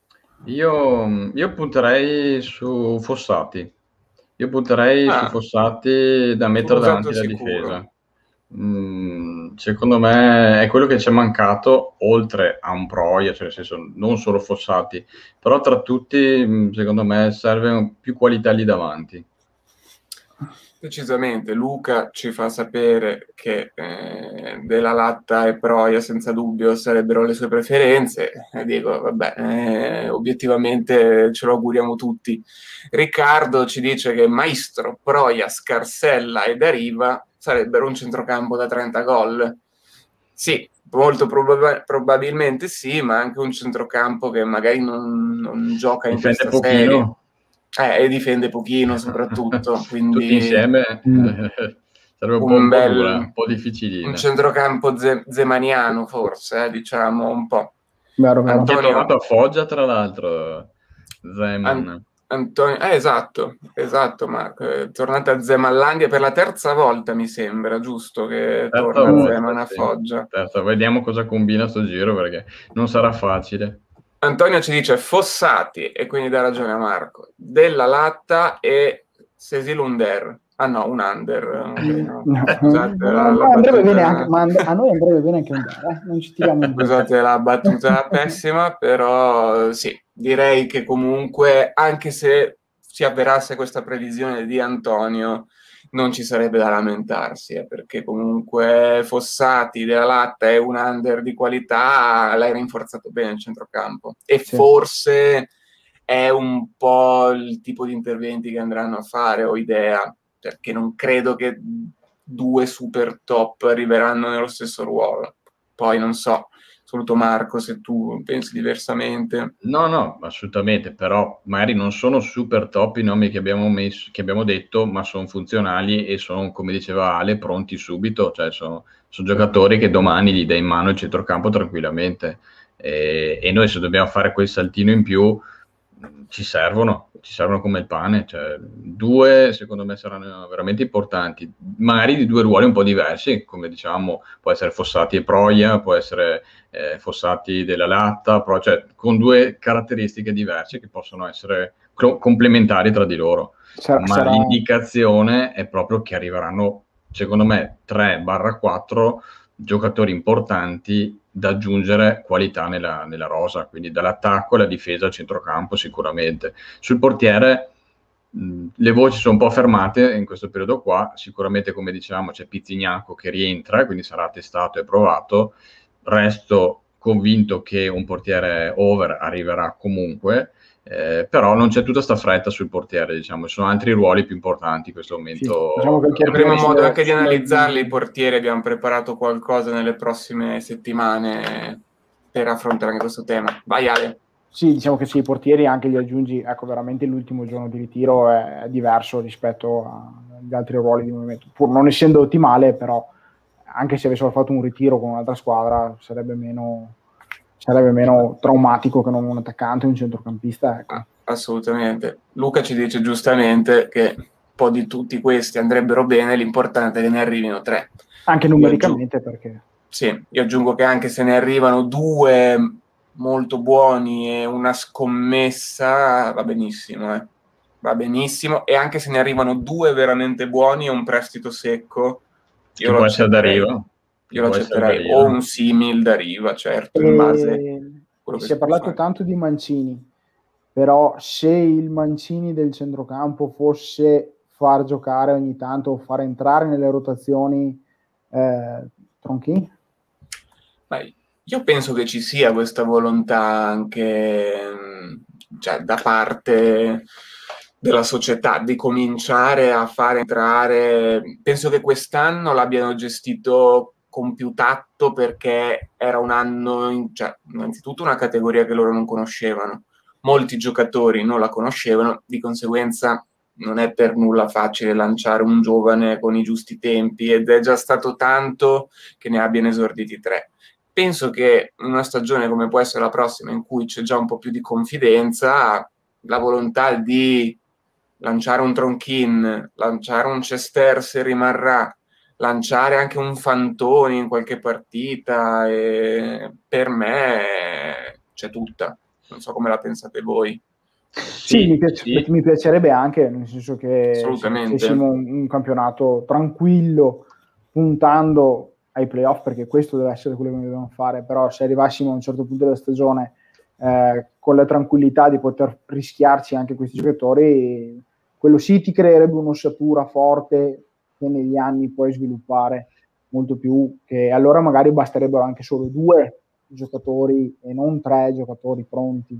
Io punterei su Fossati. Io punterei su Fossati da mettere davanti alla difesa. Secondo me è quello che ci è mancato, oltre a un Proia, cioè nel senso non solo Fossati, però tra tutti secondo me serve più qualità lì davanti. Decisamente, Luca ci fa sapere che Della Latta e Proia senza dubbio sarebbero le sue preferenze, e dico vabbè, obiettivamente ce lo auguriamo tutti. Riccardo ci dice che Maestro, Proia, Scarsella e Dariva sarebbero un centrocampo da 30 gol. Sì, molto probabilmente sì, ma anche un centrocampo che magari non gioca in questa serie. E difende pochino soprattutto, quindi tutti insieme sarebbe un po' difficilino. Un centrocampo zemaniano forse, diciamo un po'. Vero. Anche è tornato a Foggia tra l'altro Zeman. Antonio, esatto Marco, è tornato a Zemanlandia per la 3ª volta mi sembra, giusto che torna Zeman a Foggia. Vediamo cosa combina sto giro perché non sarà facile. Antonio ci dice Fossati, e quindi dà ragione a Marco, Della Latta e Sesilunder. Ah no, un under. Andrebbe bene anche, ma a noi andrebbe bene anche un under, non ci tiriamo in Scusate la battuta pessima, però sì, direi che comunque, anche se si avverasse questa previsione di Antonio, non ci sarebbe da lamentarsi, perché comunque Fossati, Della Latta è un under di qualità, l'hai rinforzato bene il centrocampo e sì. Forse è un po' il tipo di interventi che andranno a fare, ho idea, perché non credo che 2 super top arriveranno nello stesso ruolo. Poi non so, Saluto Marco se tu pensi diversamente. No, assolutamente, però magari non sono super top i nomi che abbiamo detto, ma sono funzionali e sono, come diceva Ale, pronti subito, cioè sono giocatori che domani gli dai in mano il centrocampo tranquillamente, e noi se dobbiamo fare quel saltino in più ci servono come il pane, cioè, 2 secondo me saranno veramente importanti, magari di 2 ruoli un po' diversi, come diciamo può essere Fossati e Proia, può essere Fossati della Latta, cioè, con 2 caratteristiche diverse che possono essere complementari tra di loro, ma l'indicazione è proprio che arriveranno secondo me 3/4 giocatori importanti da aggiungere qualità nella rosa, quindi dall'attacco alla difesa al centrocampo sicuramente. Sul portiere le voci sono un po' fermate in questo periodo qua, sicuramente come dicevamo c'è Pizzignacco che rientra, quindi sarà testato e provato, resto convinto che un portiere over arriverà comunque, però non c'è tutta sta fretta sul portiere, diciamo, ci sono altri ruoli più importanti in questo momento. Sì, diciamo che il primo modo anche di analizzarli i portieri, abbiamo preparato qualcosa nelle prossime settimane per affrontare anche questo tema. Vai Ale. Sì, diciamo che sì, i portieri anche li aggiungi, ecco, veramente l'ultimo giorno di ritiro è diverso rispetto agli altri ruoli di movimento, pur non essendo ottimale, però anche se avessero fatto un ritiro con un'altra squadra sarebbe meno traumatico che non un attaccante o un centrocampista, ecco. Assolutamente. Luca ci dice giustamente che un po' di tutti questi andrebbero bene, l'importante è che ne arrivino 3. Anche numericamente, perché... Sì, io aggiungo che anche se ne arrivano 2 molto buoni e una scommessa, va benissimo, va benissimo, e anche se ne arrivano 2 veramente buoni e un prestito secco, io lo accetterei. Io lo accetterei, o un simil da Riva, certo, in base. Si è parlato tanto di Mancini, però se il Mancini del centrocampo fosse far giocare ogni tanto o far entrare nelle rotazioni Tronchi? Io penso che ci sia questa volontà anche da parte della società di cominciare a far entrare. Penso che quest'anno l'abbiano gestito con più tatto, perché era un anno, innanzitutto una categoria che loro non conoscevano, molti giocatori non la conoscevano, di conseguenza non è per nulla facile lanciare un giovane con i giusti tempi, ed è già stato tanto che ne abbiano esorditi 3. Penso che in una stagione come può essere la prossima, in cui c'è già un po' più di confidenza, la volontà di lanciare un Tronchin, lanciare un Chester se rimarrà, lanciare anche un Fantoni in qualche partita, e per me c'è tutta. Non so come la pensate voi. Sì, mi piacerebbe anche, nel senso che se siamo un campionato tranquillo, puntando ai playoff, perché questo deve essere quello che noi dobbiamo fare, però se arrivassimo a un certo punto della stagione con la tranquillità di poter rischiarci anche questi giocatori, quello sì ti creerebbe un'ossatura forte che negli anni puoi sviluppare molto più, che allora magari basterebbero anche solo 2 giocatori e non 3 giocatori pronti,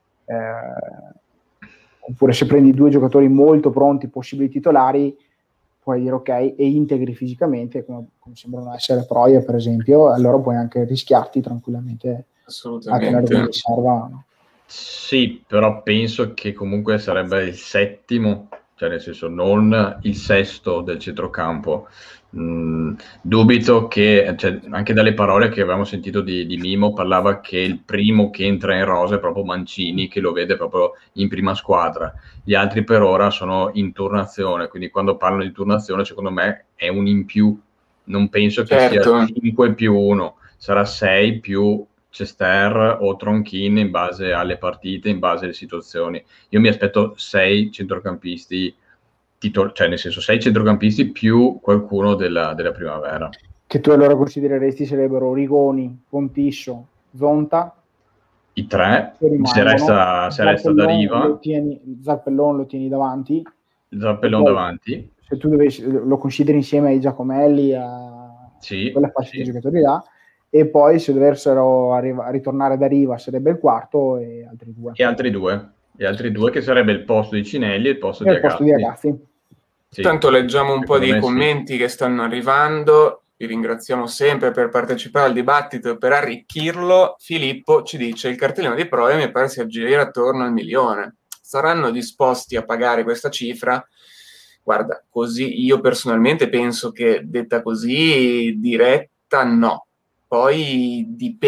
oppure se prendi 2 giocatori molto pronti, possibili titolari, puoi dire ok, e integri fisicamente come sembrano essere Proia per esempio, allora puoi anche rischiarti tranquillamente a tenere in riserva, no? Sì, però penso che comunque sarebbe il 7º, cioè nel senso non il 6º del centrocampo. Dubito che, anche dalle parole che avevamo sentito di Mimo, parlava che il primo che entra in rosa è proprio Mancini, che lo vede proprio in prima squadra. Gli altri per ora sono in turnazione, quindi quando parlano di turnazione secondo me è un in più, non penso che sia 5+1, sarà 6 più Chester o Tronchin in base alle partite, in base alle situazioni. Io mi aspetto 6 centrocampisti, cioè nel senso 6 centrocampisti più qualcuno della primavera. Che tu allora considereresti sarebbero Rigoni, Pontisso, Zonta? I 3, se resta da Riva. Zarpellon lo tieni davanti. Zarpellon davanti. Se tu lo consideri insieme ai Giacomelli, a quella fascia di giocatori là, e poi se dovessero ritornare da Riva sarebbe il 4 e altri 2. E altri due che sarebbe il posto di Cinelli e il posto di Agazzi. Tanto leggiamo un po' di commenti che stanno arrivando. vi ringraziamo sempre per partecipare al dibattito e per arricchirlo. Filippo ci dice: il cartellino di prove mi pare si aggiri attorno al 1.000.000. Saranno disposti a pagare questa cifra? Guarda, così io personalmente penso che, detta così, diretta no. Poi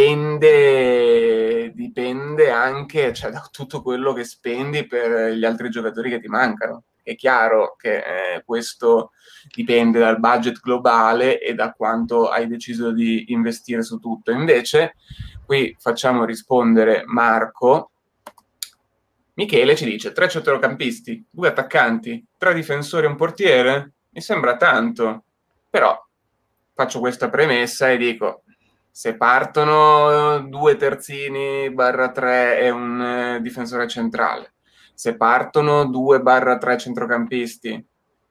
dipende anche, cioè, da tutto quello che spendi per gli altri giocatori che ti mancano. È chiaro che questo dipende dal budget globale e da quanto hai deciso di investire su tutto. Invece, qui facciamo rispondere Marco. Michele ci dice: 3 centrocampisti, 2 attaccanti, 3 difensori e un portiere? Mi sembra tanto. Però faccio questa premessa e dico: se partono 2 terzini /3 e un difensore centrale, se partono 2/3 centrocampisti,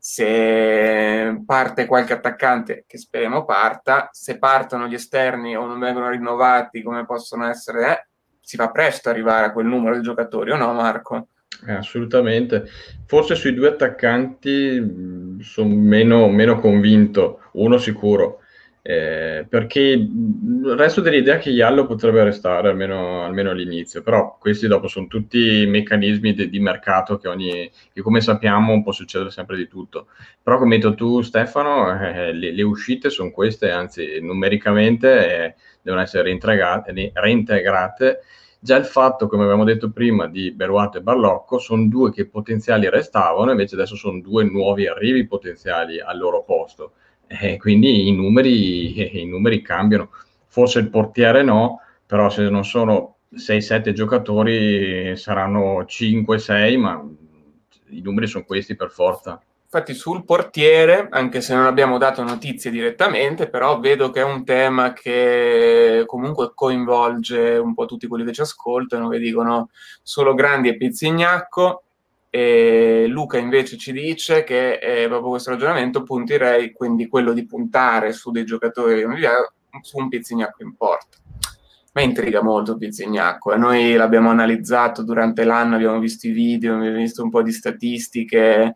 se parte qualche attaccante, che speriamo parta, se partono gli esterni o non vengono rinnovati come possono essere, si fa presto arrivare a quel numero di giocatori, o no, Marco? Assolutamente. Forse sui 2 attaccanti sono meno convinto, uno sicuro, perché il resto dell'idea che Iallo potrebbe restare almeno all'inizio, però questi dopo sono tutti meccanismi di mercato che come sappiamo può succedere sempre di tutto. Però come hai detto tu, Stefano, le uscite sono queste, anzi numericamente devono essere reintegrate. Già il fatto, come abbiamo detto prima, di Beruat e Barlocco sono 2 che potenziali restavano, invece adesso sono 2 nuovi arrivi potenziali al loro posto. Quindi i numeri cambiano. Forse il portiere no, però se non sono 6-7 giocatori saranno 5-6, ma i numeri sono questi per forza. Infatti sul portiere, anche se non abbiamo dato notizie direttamente, però vedo che è un tema che comunque coinvolge un po' tutti quelli che ci ascoltano, che dicono solo Grandi e Pizzignacco, e Luca invece ci dice che proprio questo ragionamento punterei, quindi quello di puntare su dei giocatori su un Pizzignacco in porta. Mi intriga molto Pizzignacco e noi l'abbiamo analizzato durante l'anno, abbiamo visto i video, abbiamo visto un po' di statistiche.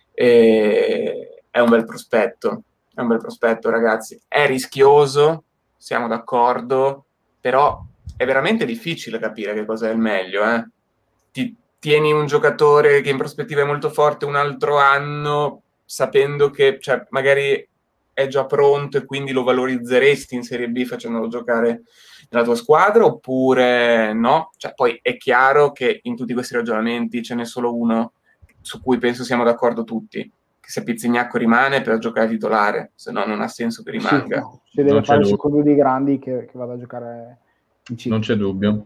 È un bel prospetto, ragazzi. È rischioso, siamo d'accordo, però è veramente difficile capire che cosa è il meglio. Ti tieni un giocatore che in prospettiva è molto forte un altro anno, sapendo che magari è già pronto e quindi lo valorizzeresti in Serie B facendolo giocare nella tua squadra, oppure no? Poi è chiaro che in tutti questi ragionamenti ce n'è solo uno su cui penso siamo d'accordo tutti, che se Pizzignacco rimane per giocare titolare, se no non ha senso che rimanga. Sì, no, se deve fare il secondo dei grandi che vada a giocare in C. Non c'è dubbio.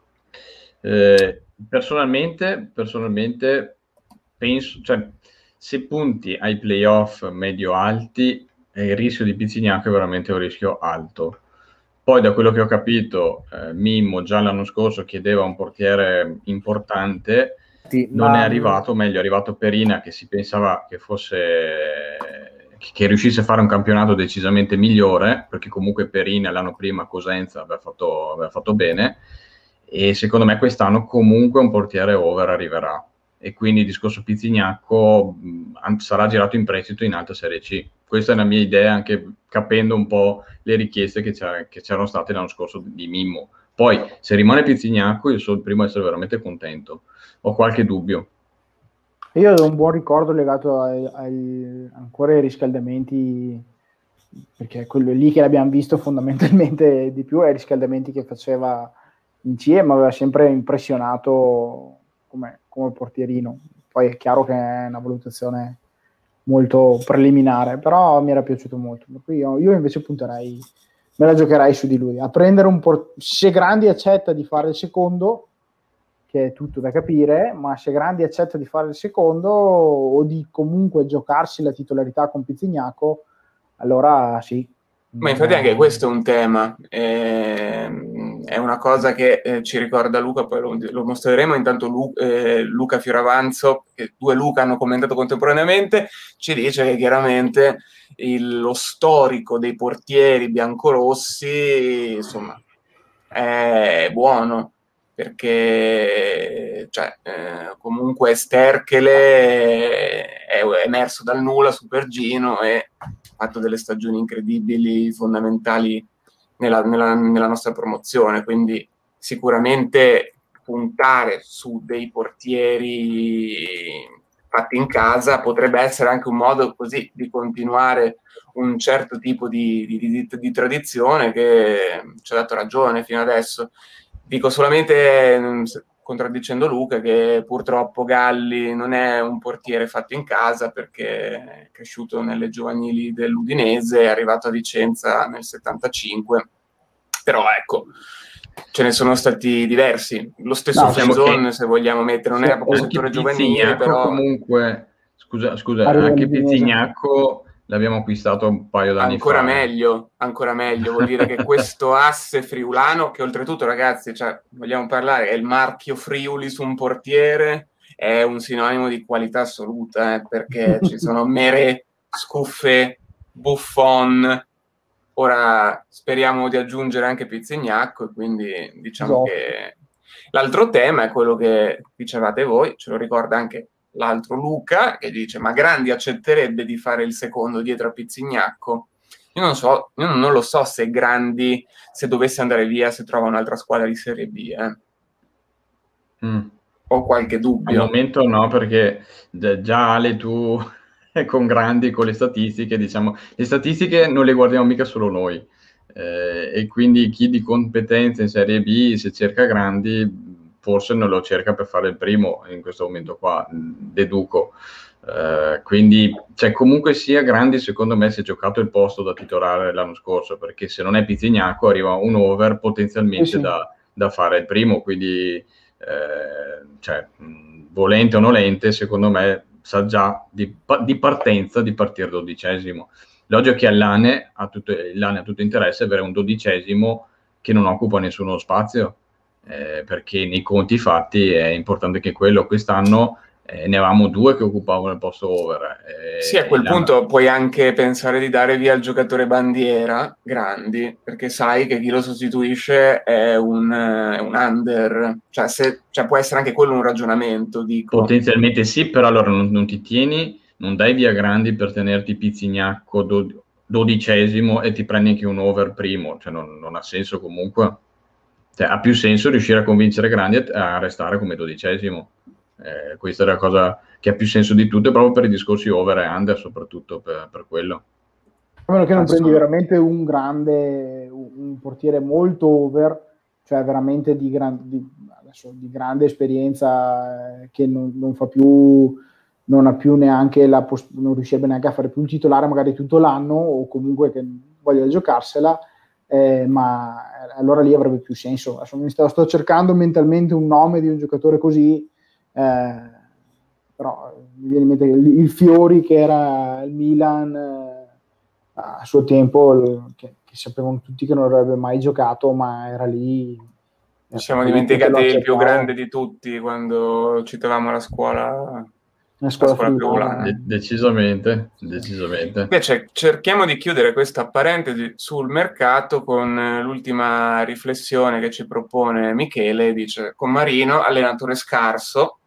Personalmente penso, se punti ai playoff medio-alti, il rischio di Pizzignacco è veramente un rischio alto. Poi da quello che ho capito, Mimmo già l'anno scorso chiedeva un portiere importante, non è arrivato, meglio è arrivato Perina, che si pensava che riuscisse a fare un campionato decisamente migliore, perché comunque Perina l'anno prima a Cosenza aveva fatto bene, e secondo me quest'anno comunque un portiere over arriverà, e quindi il discorso Pizzignacco sarà girato in prestito in alta Serie C. Questa è la mia idea, anche capendo un po' le richieste che c'erano state l'anno scorso di Mimmo. Poi se rimane Pizzignacco io sono il primo a essere veramente contento. Ho qualche dubbio. Io ho un buon ricordo legato ancora ai riscaldamenti, perché quello lì che l'abbiamo visto fondamentalmente di più è i riscaldamenti che faceva in C, e mi aveva sempre impressionato come portierino. Poi è chiaro che è una valutazione molto preliminare, però mi era piaciuto molto. Io invece punterei, me la giocherei su di lui, a prendere se Grandi accetta di fare il secondo, che è tutto da capire, ma se Grandi accetta di fare il secondo o di comunque giocarsi la titolarità con Pizzignacco, allora sì. Ma infatti anche questo è un tema, è una cosa che ci ricorda Luca, poi lo mostreremo. Intanto Luca Fioravanzo, che 2 Luca hanno commentato contemporaneamente, ci dice che chiaramente lo storico dei portieri biancorossi, insomma, è buono, perché comunque Sterchele è emerso dal nulla, Super Gino, e fatto delle stagioni incredibili, fondamentali nella nostra promozione, quindi sicuramente puntare su dei portieri fatti in casa potrebbe essere anche un modo così di continuare un certo tipo di tradizione che ci ha dato ragione fino adesso. Dico solamente, contraddicendo Luca, che purtroppo Galli non è un portiere fatto in casa perché è cresciuto nelle giovanili dell'Udinese, è arrivato a Vicenza nel 75, però ecco, ce ne sono stati diversi. Lo stesso Faison, se vogliamo mettere, non era proprio settore giovanile, però... Comunque, scusa, anche Pizzignacco l'abbiamo acquistato un paio d'anni fa. Ancora meglio, vuol dire che questo asse friulano, che oltretutto, ragazzi, cioè, vogliamo parlare, è il marchio Friuli su un portiere, è un sinonimo di qualità assoluta, perché ci sono Mere, Scuffé, Buffon, ora speriamo di aggiungere anche Pizzignacco, e quindi diciamo che l'altro tema è quello che dicevate voi, ce lo ricorda anche l'altro Luca, che dice: ma Grandi accetterebbe di fare il secondo dietro a Pizzignacco? Io non so, io non lo so se Grandi, se dovesse andare via, se trova un'altra squadra di Serie B, ho qualche dubbio. Al momento no, perché già Ale, tu con Grandi, con le statistiche, diciamo, le statistiche non le guardiamo mica solo noi, e quindi chi di competenza in Serie B, se cerca Grandi, forse non lo cerca per fare il primo in questo momento qua, deduco. Quindi, cioè, comunque sia, Grandi secondo me si è giocato il posto da titolare l'anno scorso, perché se non è Pizzignacco arriva un over potenzialmente da fare il primo, quindi cioè, volente o nolente, secondo me sa già di partenza di partire 12°. Logico che l'ANE ha tutto interesse avere un 12° che non occupa nessuno spazio, perché nei conti fatti è importante che quello. Quest'anno ne avevamo 2 che occupavano il posto over. Sì, a quel punto puoi anche pensare di dare via il giocatore bandiera, Grandi, perché sai che chi lo sostituisce è un under, cioè può essere anche quello un ragionamento, dico. Potenzialmente sì, però allora non ti tieni, non dai via Grandi per tenerti Pizzignacco 12° e ti prendi anche un over primo, cioè non ha senso comunque. Cioè, ha più senso riuscire a convincere Grandi a restare come 12°. Questa è la cosa che ha più senso di tutte, proprio per i discorsi over e under, soprattutto per quello. A meno che non prendi veramente un portiere molto over, cioè veramente di grande esperienza, che non ha più neanche non riuscirebbe neanche a fare più il titolare magari tutto l'anno, o comunque che voglia giocarsela, ma allora lì avrebbe più senso. Adesso sto cercando mentalmente un nome di un giocatore così, però mi viene in mente il Fiori, che era il Milan a suo tempo, che sapevano tutti che non avrebbe mai giocato, ma era lì. Ci siamo dimenticati il più grande di tutti quando citavamo la scuola friulana. Decisamente. Invece cerchiamo di chiudere questa parentesi sul mercato con l'ultima riflessione che ci propone Michele. Dice: con Marino, allenatore scarso,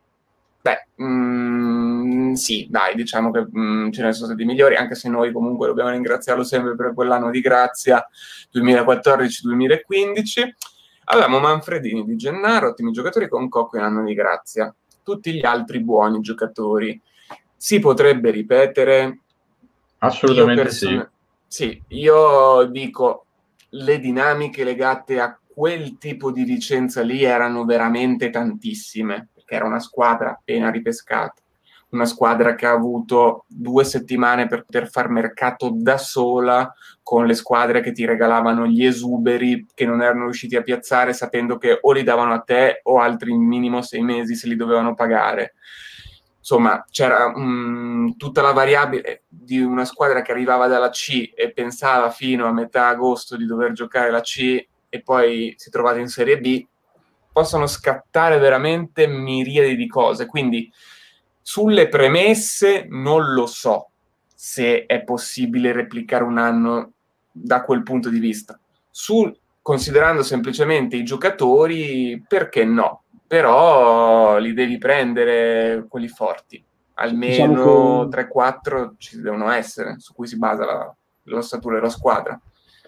sì, dai, diciamo che ce ne sono stati migliori, anche se noi comunque dobbiamo ringraziarlo sempre per quell'anno di grazia 2014-2015. Avevamo Manfredini, Di Gennaro, ottimi giocatori, con Cocco in anno di grazia, tutti gli altri buoni giocatori. Si potrebbe ripetere? Assolutamente sì. Sì, io dico, le dinamiche legate a quel tipo di licenza lì erano veramente tantissime, perché era una squadra appena ripescata, una squadra che ha avuto 2 settimane per poter far mercato da sola, con le squadre che ti regalavano gli esuberi che non erano riusciti a piazzare, sapendo che o li davano a te o altri minimo 6 mesi se li dovevano pagare. Insomma, c'era tutta la variabile di una squadra che arrivava dalla C e pensava fino a metà agosto di dover giocare la C, e poi si è trovata in Serie B. Possono scattare veramente miriadi di cose, quindi sulle premesse non lo so se è possibile replicare un anno da quel punto di vista. Considerando semplicemente i giocatori, perché no? Però li devi prendere quelli forti, almeno diciamo che 3-4 ci devono essere, su cui si basa l'ossatura della squadra.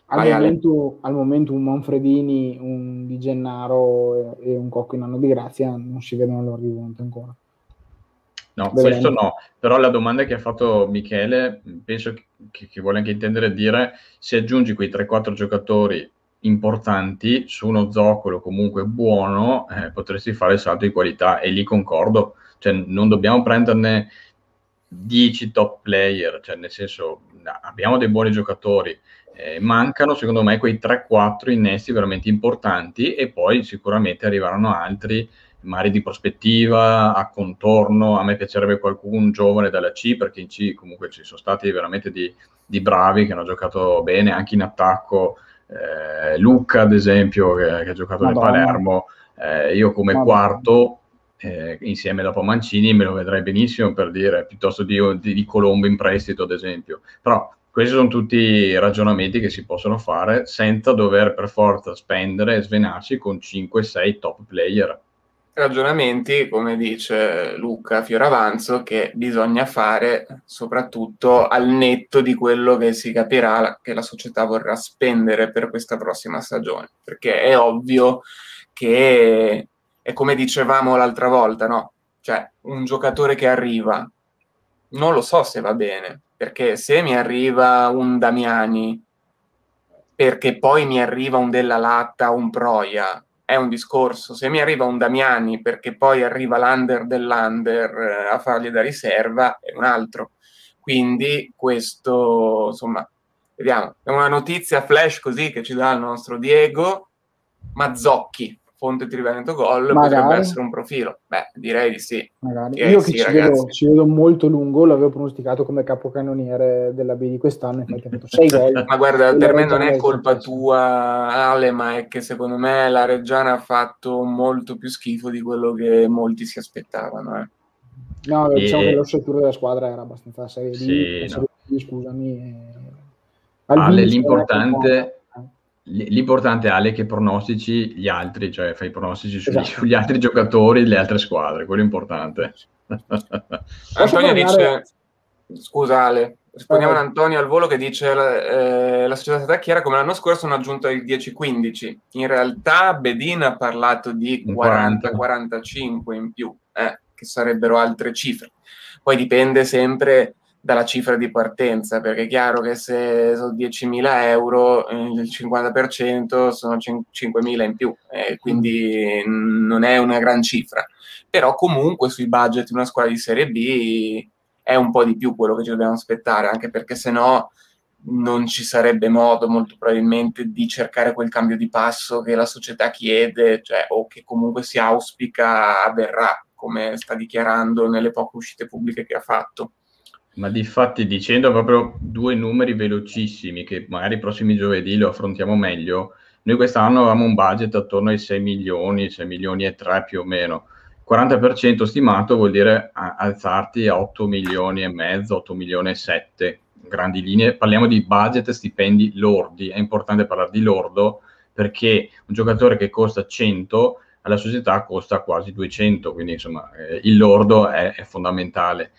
Al momento un Manfredini, un Di Gennaro e un Cocco in anno di grazia non si vedono all'orizzonte ancora. No, questo no, però la domanda che ha fatto Michele penso che vuole anche intendere dire se aggiungi quei 3-4 giocatori importanti su uno zoccolo comunque buono, potresti fare il salto di qualità, e lì concordo, cioè non dobbiamo prenderne 10 top player, cioè nel senso abbiamo dei buoni giocatori, mancano secondo me quei 3-4 innesti veramente importanti, e poi sicuramente arriveranno altri magari di prospettiva, a contorno. A me piacerebbe qualcun giovane dalla C, perché in C comunque ci sono stati veramente di bravi che hanno giocato bene anche in attacco, Luca ad esempio che ha giocato nel Palermo, io come quarto insieme dopo Mancini me lo vedrei benissimo, per dire, piuttosto di Colombo in prestito ad esempio. Però questi sono tutti ragionamenti che si possono fare senza dover per forza spendere e svenarsi con 5-6 top player. Ragionamenti, come dice Luca Fioravanzo, che bisogna fare soprattutto al netto di quello che si capirà che la società vorrà spendere per questa prossima stagione, perché è ovvio che è come dicevamo l'altra volta, no? Cioè, un giocatore che arriva, non lo so se va bene, perché se mi arriva un Damiani, perché poi mi arriva un Della Latta, un Proia, è un discorso. Se mi arriva un Damiani perché poi arriva l'under dell'under a fargli da riserva, è un altro. Quindi questo, insomma, vediamo. È una notizia flash così che ci dà il nostro Diego Mazzocchi, fonte Triveneto Gol, potrebbe essere un profilo. Beh, direi di sì. Magari. Io che ci vedo molto lungo, l'avevo pronosticato come capocannoniere della B di quest'anno, infatti ha fatto 6 gol. Ma guarda, per me non è colpa tua, Ale, ma è che secondo me la Reggiana ha fatto molto più schifo di quello che molti si aspettavano. No, diciamo che l'ossatura della squadra era abbastanza seria. Sì, scusami. Ale, l'importante Ale è che pronostici gli altri, cioè fai pronostici sugli altri giocatori, le altre squadre, quello è importante. Antonio dice, scusa Ale, rispondiamo ad Antonio al volo che dice la società tacchiera come l'anno scorso hanno aggiunto il 10-15, in realtà Bedin ha parlato di 40-45 in più, che sarebbero altre cifre, poi dipende sempre dalla cifra di partenza, perché è chiaro che se sono 10.000 euro, il 50% sono 5.000 in più, quindi non è una gran cifra. Però comunque sui budget di una squadra di Serie B è un po' di più quello che ci dobbiamo aspettare, anche perché sennò non ci sarebbe modo molto probabilmente di cercare quel cambio di passo che la società chiede, cioè, o che comunque si auspica avverrà, come sta dichiarando nelle poche uscite pubbliche che ha fatto. Ma difatti, dicendo proprio due numeri velocissimi che magari i prossimi giovedì lo affrontiamo meglio, noi quest'anno avevamo un budget attorno ai 6 milioni e 3 più o meno. 40% stimato vuol dire alzarti a 8 milioni e mezzo, 8 milioni e 7, grandi linee. Parliamo di budget e stipendi lordi, è importante parlare di lordo perché un giocatore che costa 100 alla società costa quasi 200, quindi insomma il lordo è fondamentale.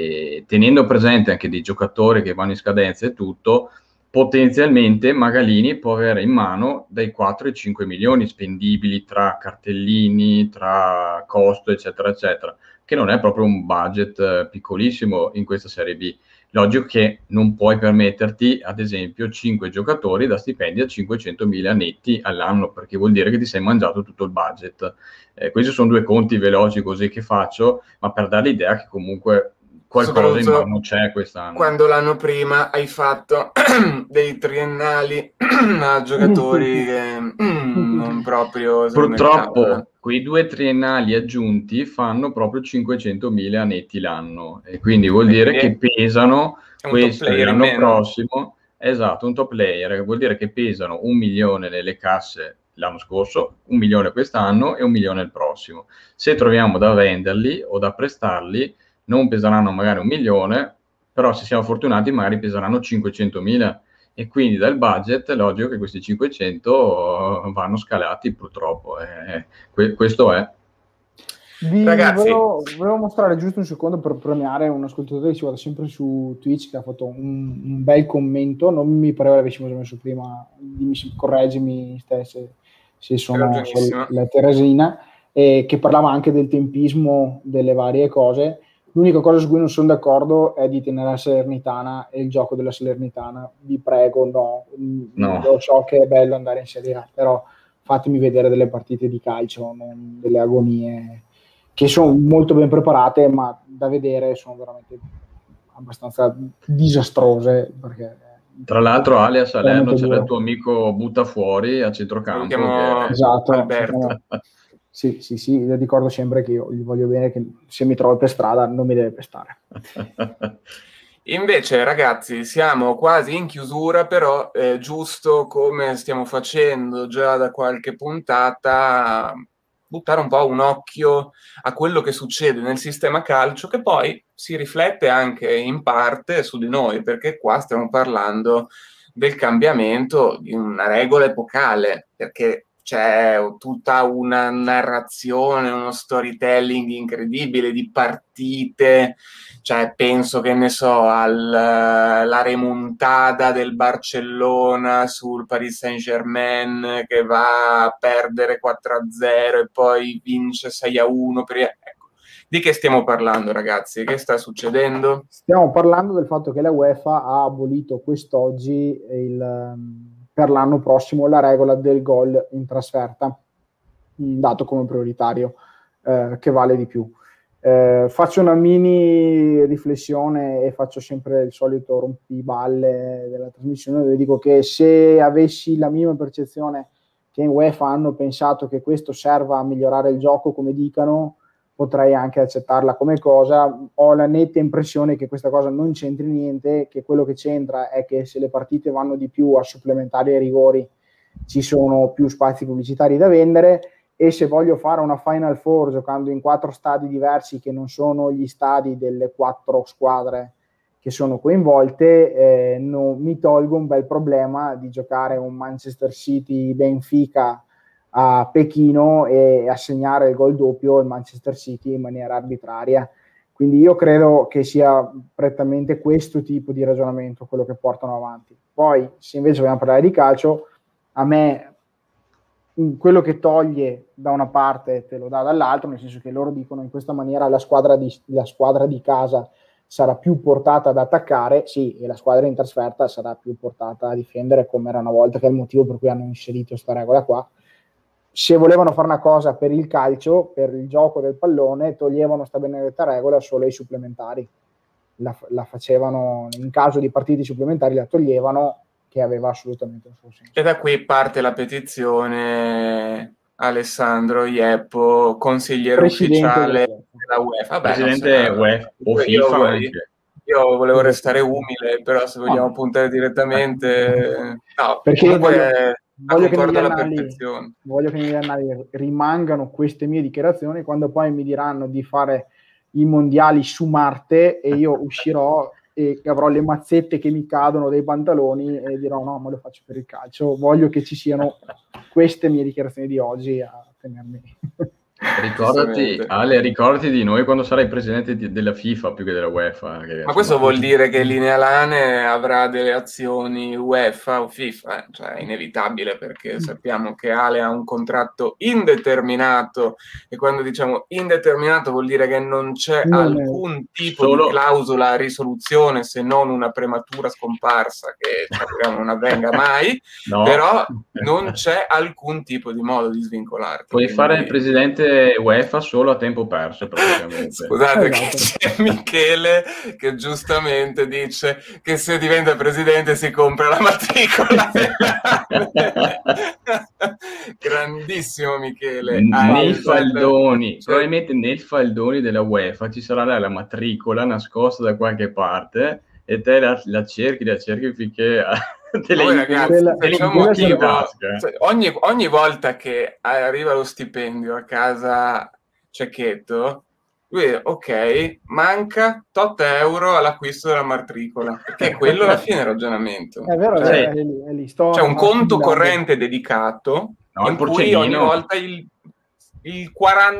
E tenendo presente anche dei giocatori che vanno in scadenza e tutto, potenzialmente Magalini può avere in mano dai 4 ai 5 milioni spendibili tra cartellini, tra costo eccetera eccetera, che non è proprio un budget piccolissimo in questa Serie B. Logico che non puoi permetterti ad esempio 5 giocatori da stipendi a 500.000 netti all'anno, perché vuol dire che ti sei mangiato tutto il budget. Questi sono due conti veloci così che faccio, ma per dare l'idea che comunque qualcosa in mano c'è quest'anno. Quando l'anno prima hai fatto dei triennali a giocatori che non proprio purtroppo quei 2 triennali aggiunti fanno proprio 500.000 netti l'anno, e quindi vuol dire che pesano questo l'anno prossimo. Esatto, un top player, vuol dire che pesano 1 milione nelle casse l'anno scorso, 1 milione quest'anno e 1 milione il prossimo. Se troviamo da venderli o da prestarli non peseranno magari 1 milione, però se siamo fortunati magari peseranno 500.000, e quindi dal budget è logico che questi 500 vanno scalati purtroppo. Questo è. Ragazzi, volevo mostrare giusto un secondo per premiare un ascoltatore che ci guarda sempre su Twitch, che ha fatto un bel commento. Non mi pareva l'avessimo già messo prima, correggimi se sono la Teresina, che parlava anche del tempismo delle varie cose. L'unica cosa su cui non sono d'accordo è di tenere la Salernitana e il gioco della Salernitana. Vi prego, no. Lo so che è bello andare in Serie A, però fatemi vedere delle partite di calcio, non delle agonie che sono molto ben preparate, ma da vedere sono veramente abbastanza disastrose. Perché tra l'altro, Ale, a Salerno c'è il tuo amico Buttafuori a centrocampo. Esatto, Alberto. Sì, ricordo sempre che io gli voglio bene, che se mi trovo per strada non mi deve pestare. Invece, ragazzi, siamo quasi in chiusura, però giusto come stiamo facendo già da qualche puntata, buttare un po' un occhio a quello che succede nel sistema calcio, che poi si riflette anche in parte su di noi, perché qua stiamo parlando del cambiamento di una regola epocale, perché c'è tutta una narrazione, uno storytelling incredibile di partite. Cioè, penso, che ne so, alla remontada del Barcellona sul Paris Saint-Germain, che va a perdere 4-0 e poi vince 6-1. Ecco. Di che stiamo parlando, ragazzi? Che sta succedendo? Stiamo parlando del fatto che la UEFA ha abolito quest'oggi per l'anno prossimo la regola del gol in trasferta, dato come prioritario, che vale di più. Faccio una mini riflessione e faccio sempre il solito rompiballe della trasmissione, dove dico che se avessi la minima percezione che in UEFA hanno pensato che questo serva a migliorare il gioco, come dicano, potrei anche accettarla come cosa. Ho la netta impressione che questa cosa non c'entri niente, che quello che c'entra è che se le partite vanno di più a supplementari e rigori ci sono più spazi pubblicitari da vendere, e se voglio fare una Final Four giocando in 4 stadi diversi che non sono gli stadi delle 4 squadre che sono coinvolte, mi tolgo un bel problema di giocare un Manchester City-Benfica a Pechino e assegnare il gol doppio al Manchester City in maniera arbitraria. Quindi io credo che sia prettamente questo tipo di ragionamento quello che portano avanti. Poi, se invece vogliamo parlare di calcio, a me quello che toglie da una parte te lo dà dall'altra, nel senso che loro dicono in questa maniera la squadra di casa sarà più portata ad attaccare, sì, e la squadra in trasferta sarà più portata a difendere, come era una volta, che è il motivo per cui hanno inserito questa regola qua. Se volevano fare una cosa per il calcio, per il gioco del pallone, toglievano sta benedetta regola solo ai supplementari. La facevano in caso di partite supplementari, la toglievano, che aveva assolutamente un suo senso. E da qui parte la petizione Alessandro Ieppo, consigliere ufficiale della UEFA. Presidente UEFA o FIFA. Io volevo restare umile, però se vogliamo puntare direttamente... No, perché voglio che negli annali rimangano queste mie dichiarazioni, quando poi mi diranno di fare i mondiali su Marte e io uscirò e avrò le mazzette che mi cadono dai pantaloni e dirò no, ma lo faccio per il calcio. Voglio che ci siano queste mie dichiarazioni di oggi a tenermi. Ricordati di noi quando sarai presidente della FIFA più che della UEFA. Ma questo vuol dire che Linea Lane avrà delle azioni UEFA o FIFA, cioè è inevitabile, perché sappiamo che Ale ha un contratto indeterminato, e quando diciamo indeterminato vuol dire che non c'è alcun tipo di clausola a risoluzione, se non una prematura scomparsa che non avvenga mai, però non c'è alcun tipo di modo di svincolarti. Puoi fare il presidente UEFA solo a tempo perso, praticamente. Scusate, che c'è Michele che giustamente dice che se diventa presidente si compra la matricola. Grandissimo Michele. Nei faldoni, probabilmente nei faldoni della UEFA ci sarà la matricola nascosta da qualche parte e te la cerchi finché ogni volta che arriva lo stipendio a casa Cecchetto, lui ok, manca tot euro all'acquisto della matricola, perché quello alla fine è il ragionamento. È vero, c'è un conto corrente dedicato in cui ogni volta il il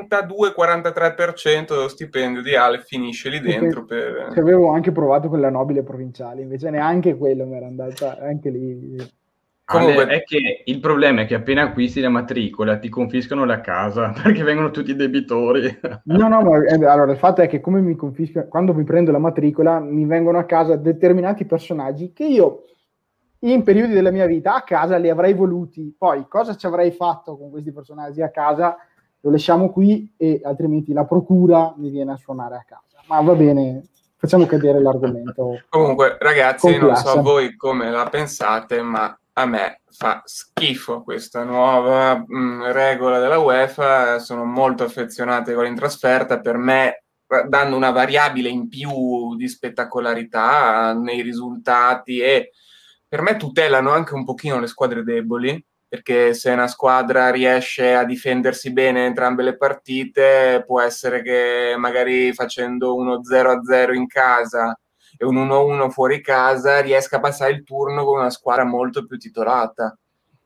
42-43% dello stipendio di Ale finisce lì dentro. Ci avevo anche provato con la nobile provinciale, invece neanche quello mi era andata, anche lì. Comunque, è che il problema è che appena acquisti la matricola ti confiscano la casa perché vengono tutti i debitori. No, ma allora il fatto è che come mi confiscano, quando mi prendo la matricola mi vengono a casa determinati personaggi che io in periodi della mia vita a casa li avrei voluti. Poi cosa ci avrei fatto con questi personaggi a casa? Lo lasciamo qui e altrimenti la procura mi viene a suonare a casa. Ma va bene, facciamo cadere l'argomento. Comunque, ragazzi, non so voi come la pensate, ma a me fa schifo questa nuova regola della UEFA. Sono molto affezionato ai gol in trasferta. Per me danno una variabile in più di spettacolarità nei risultati e per me tutelano anche un pochino le squadre deboli, perché se una squadra riesce a difendersi bene entrambe le partite, può essere che magari facendo uno 0-0 in casa e un 1-1 fuori casa riesca a passare il turno con una squadra molto più titolata.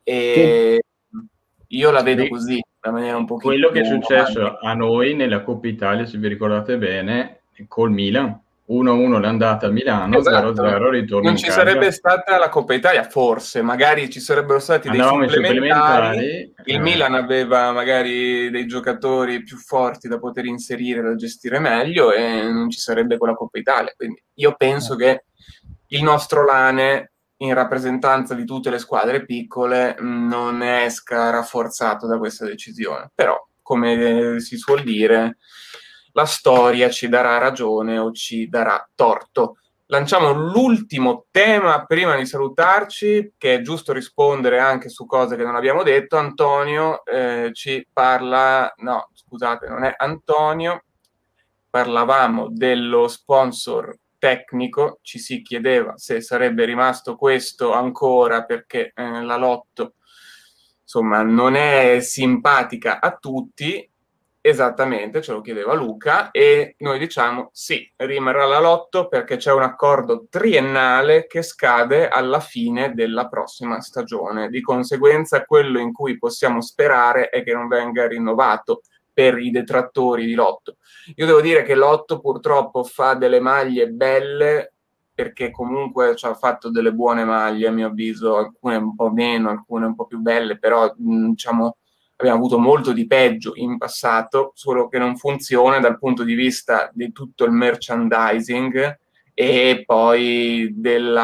E io la vedo così, in maniera un pochino. Quello che è successo a noi nella Coppa Italia, se vi ricordate bene, col Milan. 1-1 l'andata a Milano, esatto. 0-0 ritorno non in ci casa. Sarebbe stata la Coppa Italia, forse, magari ci sarebbero stati dei supplementari. Il Milan aveva magari dei giocatori più forti da poter inserire, da gestire meglio e non ci sarebbe quella Coppa Italia. Quindi io penso che il nostro Lane, in rappresentanza di tutte le squadre piccole, non esca rafforzato da questa decisione. Però, come si suol dire, la storia ci darà ragione o ci darà torto. Lanciamo l'ultimo tema prima di salutarci, che è giusto rispondere anche su cose che non abbiamo detto. Antonio ci parla, no scusate, non è Antonio, parlavamo dello sponsor tecnico, ci si chiedeva se sarebbe rimasto questo ancora perché la Lotto insomma non è simpatica a tutti. Esattamente, ce lo chiedeva Luca e noi diciamo sì, rimarrà la Lotto perché c'è un accordo triennale che scade alla fine della prossima stagione. Di conseguenza quello in cui possiamo sperare è che non venga rinnovato per i detrattori di Lotto. Io devo dire che Lotto purtroppo fa delle maglie belle perché comunque ci ha fatto delle buone maglie a mio avviso, alcune un po' meno, alcune un po' più belle, però diciamo abbiamo avuto molto di peggio in passato, solo che non funziona dal punto di vista di tutto il merchandising e poi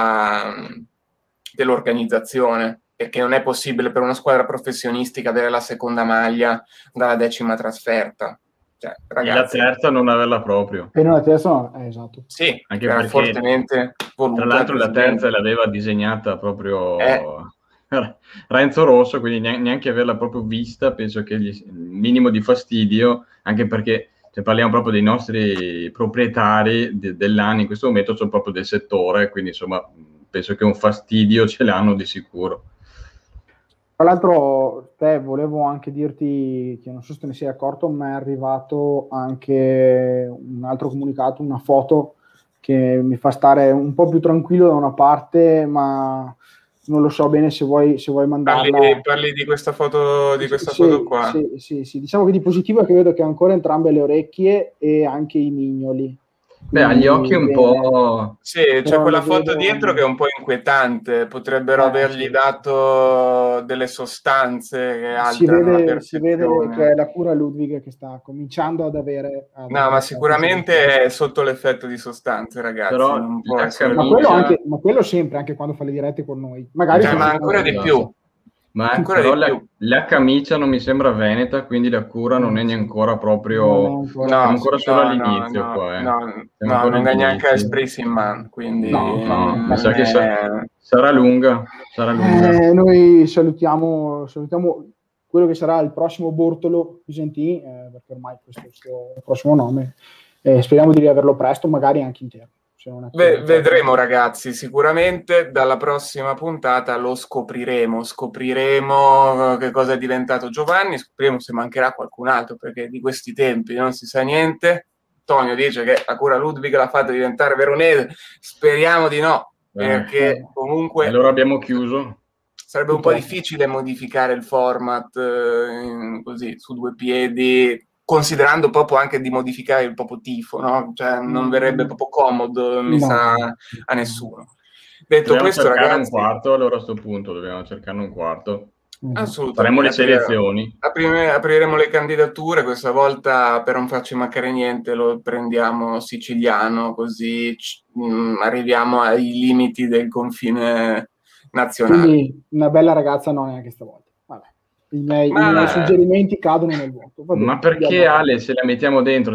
dell'organizzazione, perché non è possibile per una squadra professionistica avere la seconda maglia dalla 10ª trasferta. Cioè, ragazzi, e la terza non averla proprio. E la terza no, esatto. Sì, anche perché fortemente voluta. Tra l'altro la terza l'aveva disegnata proprio Renzo Rosso, quindi neanche averla proprio vista, penso che il minimo di fastidio, anche perché se parliamo proprio dei nostri proprietari dell'anno in questo momento sono proprio del settore, quindi insomma penso che un fastidio ce l'hanno di sicuro. Tra l'altro, te volevo anche dirti che non so se te ne sei accorto, ma è arrivato anche un altro comunicato, una foto che mi fa stare un po' più tranquillo da una parte, ma non lo so bene se vuoi mandarla. Parli di questa foto, foto qua? Sì. Diciamo che di positivo è che vedo che ha ancora entrambe le orecchie e anche i mignoli. Beh, agli occhi un po'. Sì, c'è quella foto dietro che è un po' inquietante. Potrebbero avergli dato delle sostanze che alterano la percezione. Si vede che è la cura Ludwig che sta cominciando ad avere. No, ma sicuramente è sotto l'effetto di sostanze, ragazzi. Però non può essere ma quello sempre, anche quando fa le dirette con noi. Magari ma ancora di più. Ma però la camicia non mi sembra veneta, quindi la cura non è neanche proprio. Siamo ancora solo all'inizio qua. Non è neanche espresso in man, quindi mi sa che sarà lunga. Noi salutiamo quello che sarà il prossimo Bortolo Pisentini, perché ormai questo è il suo prossimo nome. Speriamo di riaverlo presto, magari anche intero. Vedremo, ragazzi, sicuramente dalla prossima puntata lo scopriremo che cosa è diventato Giovanni, scopriremo se mancherà qualcun altro, perché di questi tempi non si sa niente. Antonio dice che la cura Ludwig l'ha fatto diventare veronese, speriamo di no, perché comunque allora abbiamo chiuso. sarebbe un po' difficile modificare il format così su due piedi, considerando proprio anche di modificare il proprio tifo, no? Cioè non verrebbe proprio comodo, mi sa, a nessuno. Detto dobbiamo questo, cercare ragazzi, un quarto, allora a questo punto dobbiamo cercare un quarto. assolutamente. Faremo le selezioni. Apriremo le candidature, questa volta per non farci mancare niente lo prendiamo siciliano, così arriviamo ai limiti del confine nazionale. Quindi una bella ragazza non è anche stavolta. Vabbè. I miei suggerimenti cadono nel vuoto. Ma perché Ale, se la mettiamo dentro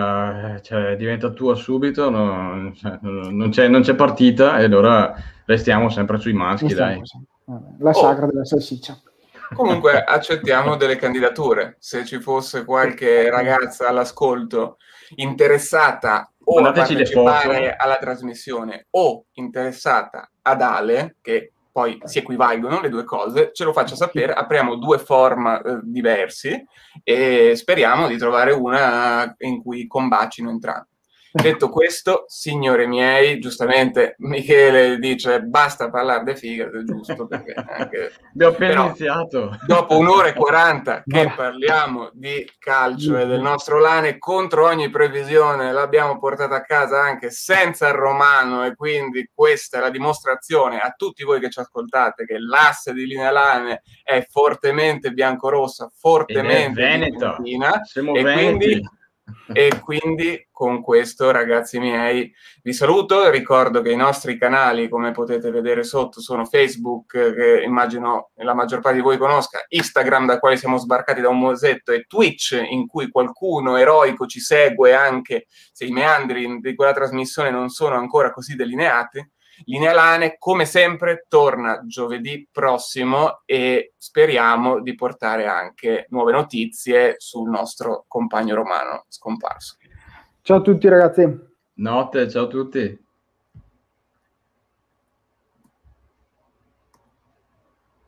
cioè, diventa tua subito, non c'è partita e allora restiamo sempre sui maschi, dai. La sagra della salsiccia. Comunque accettiamo delle candidature. Se ci fosse qualche ragazza all'ascolto interessata o a partecipare alla trasmissione o interessata ad Ale, che poi si equivalgono le due cose, ce lo faccia sapere. Apriamo due format diversi e speriamo di trovare una in cui combacino entrambi. Detto questo, signori miei, giustamente Michele dice basta parlare di figate, giusto, perché anche... abbiamo appena iniziato. Dopo 1 ora e 40 che parliamo di calcio e del nostro Lane, contro ogni previsione l'abbiamo portata a casa anche senza il Romano, e quindi questa è la dimostrazione a tutti voi che ci ascoltate che l'asse di Linea Lane è fortemente biancorossa, fortemente veneta. Siamo veneti. E quindi con questo, ragazzi miei, vi saluto. Ricordo che i nostri canali, come potete vedere sotto, sono Facebook, che immagino la maggior parte di voi conosca, Instagram, da quale siamo sbarcati da un musetto, e Twitch, in cui qualcuno eroico ci segue anche se i meandri di quella trasmissione non sono ancora così delineati. Linea Lane, come sempre, torna giovedì prossimo e speriamo di portare anche nuove notizie sul nostro compagno romano scomparso. Ciao a tutti, ragazzi. Notte, ciao a tutti.